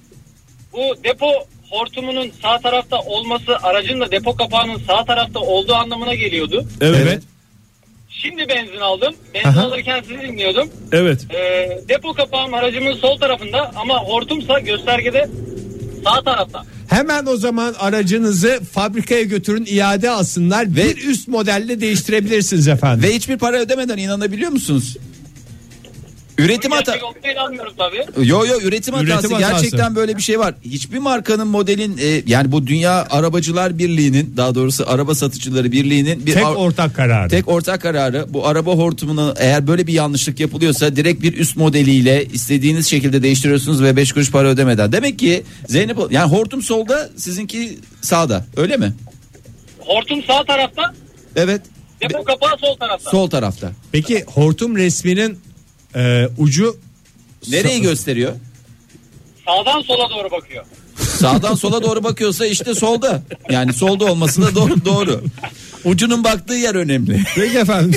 Bu depo hortumunun sağ tarafta olması aracın da depo kapağının sağ tarafta olduğu anlamına geliyordu. Evet. Evet. Şimdi benzin aldım. Benzin Aha. alırken sizi dinliyordum. Evet. Ee, depo kapağım aracımın sol tarafında ama hortumsa göstergede sağ tarafta. Hemen o zaman aracınızı fabrikaya götürün, iade alsınlar. Ve- bir üst modelle değiştirebilirsiniz efendim. Ve hiçbir para ödemeden, inanabiliyor musunuz? Üretim Bu hata. gerçek olduğuna inanmıyorum tabii. Yo yo üretim hatası. Üretim hatası. Gerçekten böyle bir şey var. Hiçbir markanın modelin e, yani bu Dünya Arabacılar Birliği'nin, daha doğrusu Araba Satıcıları Birliği'nin bir Tek ar- ortak kararı. tek ortak kararı, bu araba hortumunu eğer böyle bir yanlışlık yapılıyorsa direkt bir üst modeliyle istediğiniz şekilde değiştiriyorsunuz ve beş kuruş para ödemeden. Demek ki Zeynep, yani hortum solda, sizinki sağda, öyle mi? Hortum sağ tarafta, Evet. depo kapağı sol tarafta. Sol tarafta. Peki hortum resminin e, ucu Nereyi gösteriyor? Sağdan sola doğru bakıyor. Sağdan sola doğru bakıyorsa işte solda. Yani solda olması da doğru. doğru. Ucunun baktığı yer önemli. Peki efendim.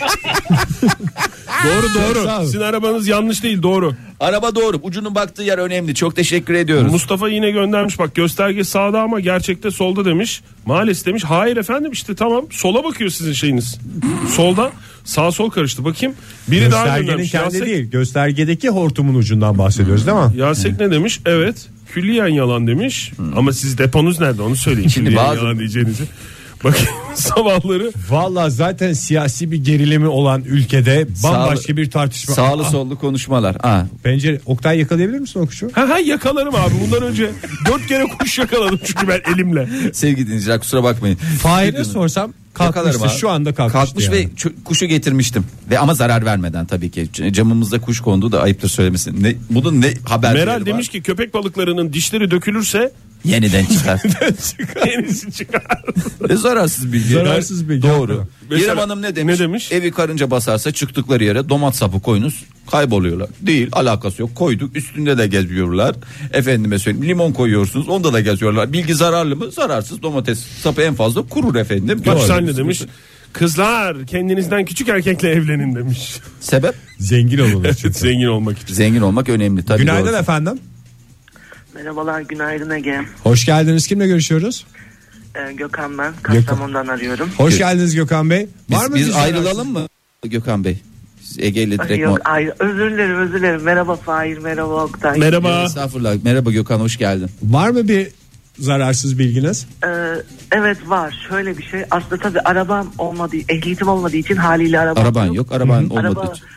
Doğru Sağ doğru. olun. Sizin arabanız yanlış değil, doğru. Araba doğru. Ucunun baktığı yer önemli. Çok teşekkür ediyoruz. Mustafa yine göndermiş, bak gösterge sağda ama gerçekte solda demiş. Maalesef demiş. Hayır efendim, işte tamam, sola bakıyor sizin şeyiniz. Solda, sağ sol karıştı. Bakayım. Biri daha Göstergenin göndermiş. kendi Yasek, değil, göstergedeki hortumun ucundan bahsediyoruz değil mi? Yasek ne demiş? Evet. Külliyen yalan demiş. Ama siz deponuz nerede, onu söyleyin. Şimdi Külliyen bazı- yalan diyeceğinizi. Bakın sabahları Valla zaten siyasi bir gerilimi olan ülkede bambaşka Sağlı- bir tartışma. Sağlı Aa, sollu konuşmalar. Ha. Pencere, Oktay yakalayabilir misin o kuşu? ha ha yakalarım abi. Bundan önce dört kere kuş yakaladım çünkü ben elimle. Sevgili dinleyiciler, kusura bakmayın. Fahir'e sorsam Yakalarım kalkmıştı, abi. şu anda kalkmıştı. Kalkmış yani. ve ç- kuşu getirmiştim. Ve ama zarar vermeden tabii ki. C- Camımızda kuş kondu da ayıptır söylemesin. Ne, bunun ne haberleri Meral var? demiş ki köpek balıklarının dişleri dökülürse Yeniden çıkar. yenisi çıkar. Ve zararsız bilgi. Zararsız bilgi. Doğru. Mesela- İrem Hanım ne demiş? ne demiş? Evi karınca basarsa çıktıkları yere domat sapı koyunuz, kayboluyorlar. Değil, alakası yok. Koyduk, üstünde de geziyorlar. Efendime söyleyeyim, limon koyuyorsunuz, onda da geziyorlar. Bilgi zararlı mı? Zararsız. Domates sapı en fazla kurur efendim. Bak Doğru. sen ne demiş? Kızlar kendinizden küçük erkekle evlenin demiş. Sebep? Zengin olunur çünkü. Zengin olmak için. Zengin olmak önemli tabii. Günaydın doğru. efendim. Merhabalar, günaydın Ege. Hoş geldiniz. Kimle görüşüyoruz? Ee, Gökhan ben. Kastamonu'dan arıyorum. Hoş Gö- geldiniz Gökhan Bey. Biz, Var mı biz bir ayrılalım mı Gökhan Bey? Siz Ege ile Ay, direkt yok, mi? ay, özür dilerim, özür dilerim. Merhaba Fahir, merhaba Oktay. Merhaba. Estağfurullah. Merhaba Gökhan, hoş geldin. Var mı bir zararsız bilginiz? Ee, evet var. Şöyle bir şey. Aslında tabii arabam olmadığı, ehliyetim olmadığı için haliyle arabam Araban yok, araban olmadığı Araba, için.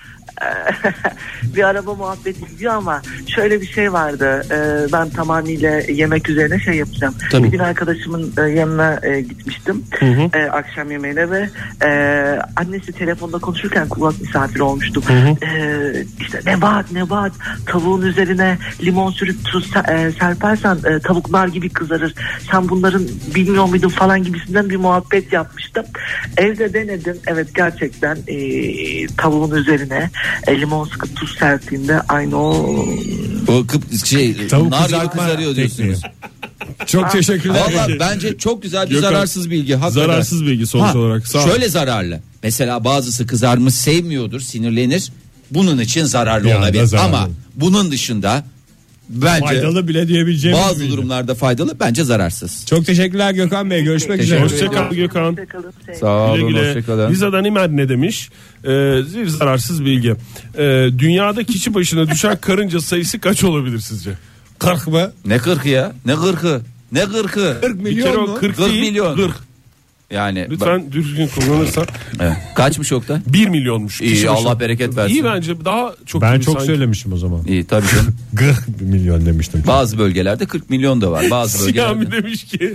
bir araba muhabbeti gidiyor ama şöyle bir şey vardı. Ee, ben tamamıyla yemek üzerine şey yapacağım. Tabii. Bir gün arkadaşımın e, yanına e, gitmiştim. E, akşam yemeğine ve e, annesi telefonda konuşurken kulak misafiri olmuştum. E, işte Nebahat Nebahat tavuğun üzerine limon sürüp tuz se- e, serpersen e, tavuk nar gibi kızarır. Sen bunların bilmiyor muydun falan gibisinden bir muhabbet yapmıştım. Evde denedim. Evet, gerçekten e, tavuğun üzerine e, limon sıkıp tuz serptiğinde aynı o O kıp şey Tavuk nar gibi kızartma kızarıyor diyorsunuz. Çok teşekkürler. Valla bence çok güzel bir Gökhan, zararsız bilgi. Hakikaten. Zararsız bilgi sonuç Ha, olarak. Sağ ol. şöyle zararlı. Mesela bazısı kızarmış sevmiyordur, sinirlenir. Bunun için zararlı Bir anda olabilir. zararlı. Ama bunun dışında bence Faydalı bile diyebileceğimiz bazı bilgi. durumlarda faydalı, bence zararsız. Çok teşekkürler Gökhan Bey. Görüşmek Teşekkür üzere. ederim. Hoşçakal Gökhan. Hoşçakalın. Sağ Güle olun, güle. hoşçakalın. Liza Danimer ne demiş? Ee, bir zararsız bilgi. Ee, dünyada kişi başına düşen karınca sayısı kaç olabilir sizce? kırk mı? Ne kırkı ya? Ne kırkı? Ne kırkı? kırk Bir kere milyon o mu? kırk kırk değil, milyon. kırk. Yani Lütfen düzgün kullanırsan. Evet. Kaçmış Oktay? bir milyonmuş. İyi, kişi Allah başına. bereket versin. İyi, bence daha çok. Ben gibi çok sanki. söylemişim o zaman. İyi tabii canım. kırk milyon demiştim. Bazı bölgelerde kırk milyon da var. Bazı bölgelerde. Siyami demiş ki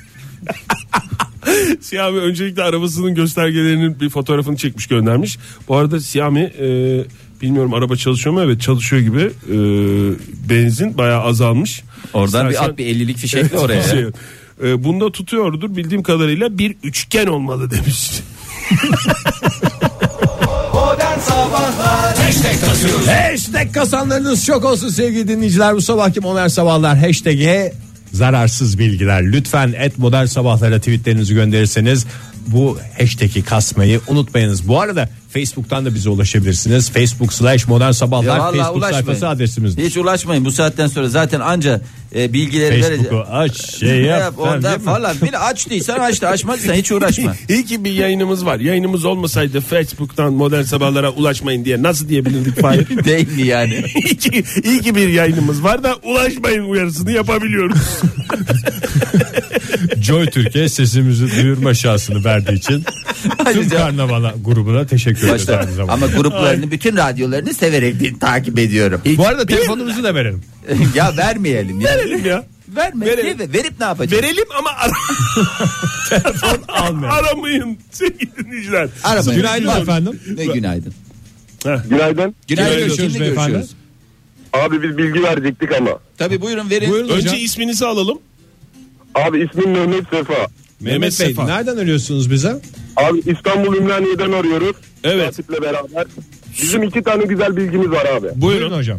Siyami öncelikle arabasının göstergelerinin bir fotoğrafını çekmiş, göndermiş. Bu arada Siyami e, bilmiyorum araba çalışıyor mu? Evet, çalışıyor gibi. E, benzin bayağı azalmış. Oradan bir İstersen- at bir ellilik fişekle oraya. Şey, e, bunda tutuyordur bildiğim kadarıyla, bir üçgen olmalı demiş. Hashtag kasanlarınız çok olsun sevgili dinleyiciler. Bu sabahki Modern Sabahlar hashtag'e zararsız bilgiler. Lütfen et Modern Sabahlara tweetlerinizi gönderirseniz bu hashtag'i kasmayı unutmayınız. Bu arada Facebook'tan da bize ulaşabilirsiniz. Facebook slash Modern Sabahlar Ya vallahi Facebook ulaşmayın. sayfası adresimizdir. Hiç ulaşmayın, bu saatten sonra zaten anca e, bilgileri Facebook'u vereceğim. aç şey yap. Orada değil mi? falan bile aç değilsen aç da açmazsan hiç uğraşma. İyi ki bir yayınımız var. Yayınımız olmasaydı Facebook'tan Modern Sabahlara ulaşmayın diye nasıl diyebilirdik Fahir? Değil mi yani? iyi, ki, iyi ki bir yayınımız var da ulaşmayın uyarısını yapabiliyoruz. Joy Türkiye sesimizi duyurma şansını verdiği için Tüm Karnavala grubuna teşekkür ederiz Başta. aynı zamanda. Ama gruplarını, bütün radyolarını severek din- takip ediyorum. Bu arada telefonumuzu da verelim. Ya vermeyelim ya. Verelim ya. Verme. Verelim. Ver- verip ne yapacağız? Verelim ama ara... telefon almayın. Aramayın sevgili dinleyiciler. Aramayın. Günaydın Bak, efendim. Ne günaydın? Günaydın. Günaydın. Günaydın. Kimle Görüşürüz beyefendi. görüşüyoruz? Abi biz bilgi verecektik ama. Tabii buyurun verin. Buyurun Önce hocam. isminizi alalım. Abi ismim Mehmet Sefa. Mehmet Bey Sefa. nereden arıyorsunuz bize? Abi İstanbul Ümraniye'den arıyoruz. Evet. Katiple beraber. Bizim iki tane güzel bilgimiz var abi. Buyurun. hocam.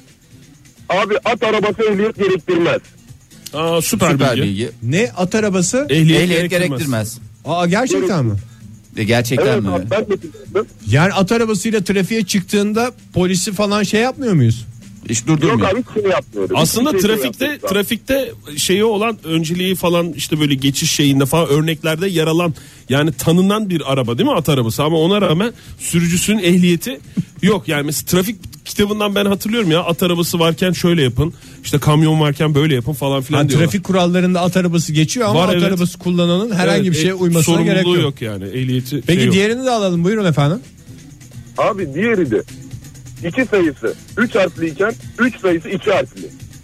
Abi at arabası ehliyet gerektirmez. Aa, süper, Süper bilgi. bilgi. Ne at arabası? Ehliyet, Ehliyet gerektirmez. gerektirmez. Aa gerçekten mi? E, gerçekten Evet mi? abi ben de bilmiyorum. Yani at arabasıyla trafiğe çıktığında polisi falan şey yapmıyor muyuz? Hiç Yok durdurmuyor. abi hiç şey yapmıyoruz. Aslında Hiçbir şey trafikte yapmıyoruz abi. trafikte şeyi olan önceliği falan işte böyle geçiş şeyinde falan örneklerde yer alan yani tanınan bir araba değil mi at arabası ama ona rağmen sürücüsünün ehliyeti yok. Yani mesela trafik kitabından ben hatırlıyorum ya at arabası varken şöyle yapın işte kamyon varken böyle yapın falan filan Yani diyorlar. trafik kurallarında at arabası geçiyor ama Var, at evet. arabası kullananın herhangi Evet, bir şeye e, uymasına gerek yok. sorumluluğu yok yani ehliyeti. Peki şey yok. diğerini de alalım buyurun efendim. Abi diğeri de iki sayısı üç harfliyken üç sayısı iki harfli.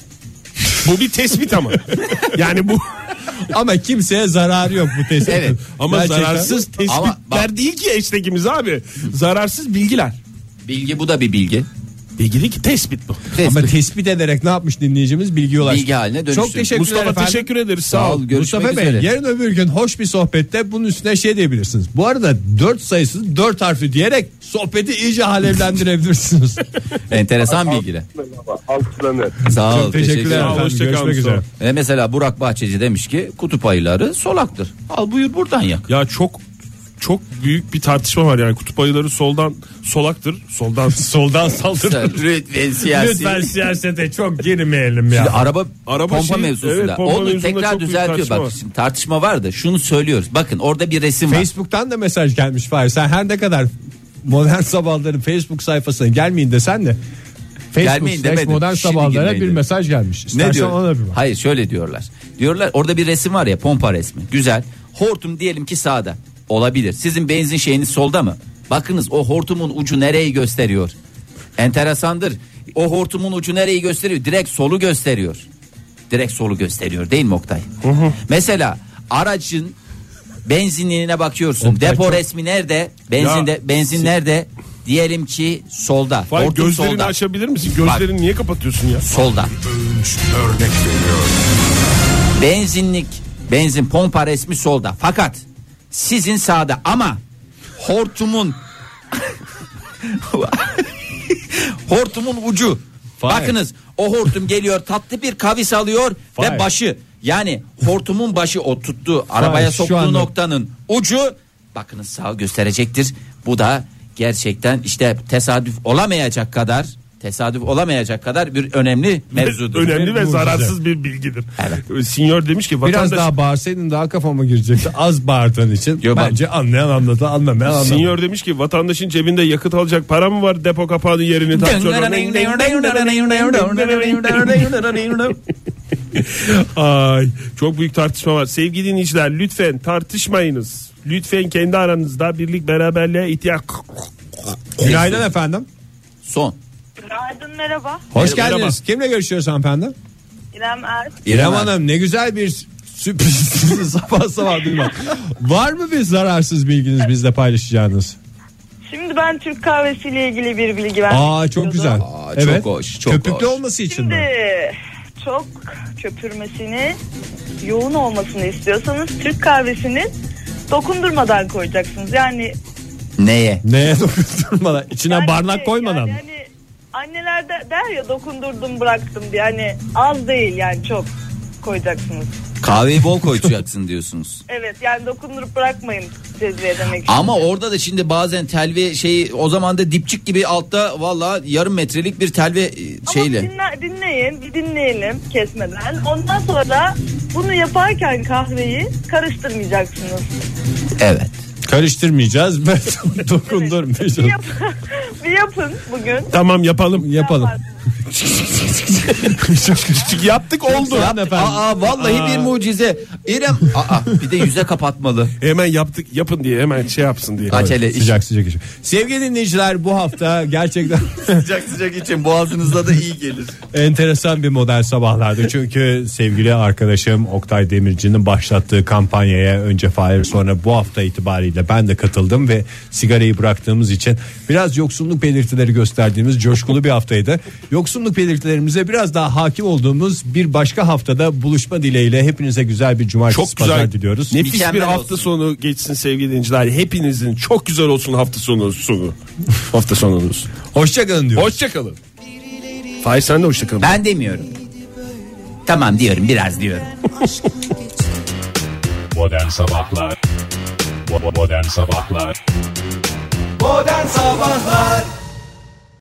Bu bir tespit ama. Yani bu Ama kimseye zararı yok bu tespitin. Evet. ama Gerçekten. zararsız tespitler Ama bak- değil ki hashtagimiz abi. Zararsız bilgiler. Bilgi bu da bir bilgi. Bilgi değil ki tespit bu. Tespit. Ama tespit ederek ne yapmış dinleyicimiz bilgi ulaştı. Bilgi haline dönüştü. Çok teşekkürler Mustafa efendim. teşekkür ederiz sağ, Sağ ol. ol. Görüşmek Mustafa Bey üzere. yarın öbür gün hoş bir sohbette bunun üstüne şey diyebilirsiniz. Bu arada dört sayısı dört harfli diyerek sohbeti iyice alevlendirebilirsiniz. Enteresan bilgiler. Alkışlanır. Sağ ol. Çok teşekkürler Sağ ol, efendim. hoşça kal Görüşmek Mustafa. üzere. E mesela Burak Bahçeci demiş ki kutup ayıları solaktır. Al buyur buradan yak. Ya çok çok büyük bir tartışma var yani kutup ayıları soldan solaktır. Soldan soldan saldırır. Lütfen siyasi. Lütfen siyasete çok girmeyelim ya. Şimdi araba, Araba pompa şeyi- mevzusunda. evet, pompa Onu mevzusunda tekrar çok büyük düzeltiyor. tartışma Bak var. şimdi tartışma var da şunu söylüyoruz. Bakın orada bir resim var. Facebook'tan da mesaj gelmiş Fahir. Sen her ne kadar Modern Sabahların Facebook sayfasına gelmeyin desen de Facebook Gelmeyin slash demedim. Modern Şimdi Sabahlara girmeyin bir dedim. mesaj gelmiş. Ne İstersen diyor? ona bir bak. Hayır şöyle diyorlar. Diyorlar orada bir resim var ya pompa resmi. Güzel. Hortum diyelim ki sağda. Olabilir. Sizin benzin şeyiniz solda mı? Bakınız o hortumun ucu nereyi gösteriyor? Enteresandır. O hortumun ucu nereyi gösteriyor? Direkt solu gösteriyor. Direkt solu gösteriyor değil mi Oktay? Mesela aracın benzinliğine bakıyorsun. Oktay Depo çok- resmi nerede? Benzinde Ya, benzin nerede? Diyelim ki solda. Vay, Hortum gözlerini solda. açabilir misin? Gözlerini niye kapatıyorsun ya? Solda. Örnek veriyor. Benzinlik, benzin pompa resmi solda. Fakat sizin sağda ama hortumun hortumun ucu. Fahir. Bakınız o hortum geliyor tatlı bir kavis alıyor Fahir. ve başı yani hortumun başı o tuttuğu arabaya şu soktuğu anda- noktanın ucu bakınız sağ gösterecektir. Bu da gerçekten işte tesadüf olamayacak kadar tesadüf olamayacak kadar bir önemli mevzudur. Önemli ve Mucize. zararsız bir bilgidir. Evet. Sinyor demiş ki Biraz vatandaş daha bağırsaydın daha kafama girecekti. Az bağırdığın için Yo, ben- bence anlayan anladı, anlamayan anlamadı. Sinyor demiş ki vatandaşın cebinde yakıt alacak para mı var depo kapağının yerini tartıyor. Ay çok büyük tartışma var. Sevgili dinleyiciler lütfen tartışmayınız. Lütfen kendi aranızda birlik beraberliğe ihtiyaç. Günaydın efendim. Son. Günaydın, merhaba. Hoş Merhaba. geldiniz. Kimle görüşüyoruz hanımefendi? İrem Er. İrem Hanım ne güzel bir sürpriz sabah sabah duymak. Var mı bir zararsız bilginiz bizle paylaşacağınız? Şimdi ben Türk kahvesiyle ilgili bir bilgi vermek Aa çok istiyordum. güzel. Aa, çok hoş, çok Köpüklü hoş. olması için Şimdi mi? çok köpürmesini, yoğun olmasını istiyorsanız Türk kahvesini dokundurmadan koyacaksınız. Yani Neye? Neye dokundurmadan? İçine yani barnak şey, koymadan yani mı? hani anneler de, der ya dokundurdum bıraktım diye, hani az değil yani çok koyacaksınız. Kahveyi bol koyacaksın diyorsunuz. Evet yani dokundurup bırakmayın cezveye demek. Ama orada da şimdi bazen telve şeyi o zaman da dipçik gibi altta valla yarım metrelik bir telve e, şeyle. Ama dinle, dinleyin, bir dinleyelim kesmeden. Ondan sonra bunu yaparken kahveyi karıştırmayacaksınız. Evet. Karıştırmayacağız ve dokundurmayacağız. Bir, yap- bir yapın bugün. Tamam yapalım. Yapalım. Yaparsınız. Yaptık oldu. Yaptık. Aa vallahi Aa. bir mucize. İrem aa bir de yüze kapatmalı. Hemen yaptık yapın diye hemen şey yapsın diye. Aç hele iş. Sıcak sıcak iş. Sevgili dinleyiciler, bu hafta gerçekten Sıcak sıcak için boğazınızda da iyi gelir. enteresan bir modern sabahlardı. Çünkü sevgili arkadaşım Oktay Demirci'nin başlattığı kampanyaya önce Fahir, sonra bu hafta itibariyle ben de katıldım ve sigarayı bıraktığımız için biraz yoksunluk belirtileri gösterdiğimiz coşkulu bir haftaydı. Yoksunluk belirtilerimize biraz daha hakim olduğumuz bir başka haftada buluşma dileğiyle hepinize güzel bir cumartesi Çok güzel pazar diliyoruz. Nefis Mükemmel bir hafta olsun. sonu geçsin sevgili dinleyiciler. Hepinizin çok güzel olsun hafta sonu sonu. hafta sonunuz. Hoşçakalın diyoruz. Hoşçakalın. Fahir sen de hoşçakalın. Ben demiyorum. Tamam diyorum, biraz diyorum. Modern Sabahlar Bo- Modern Sabahlar Modern Sabahlar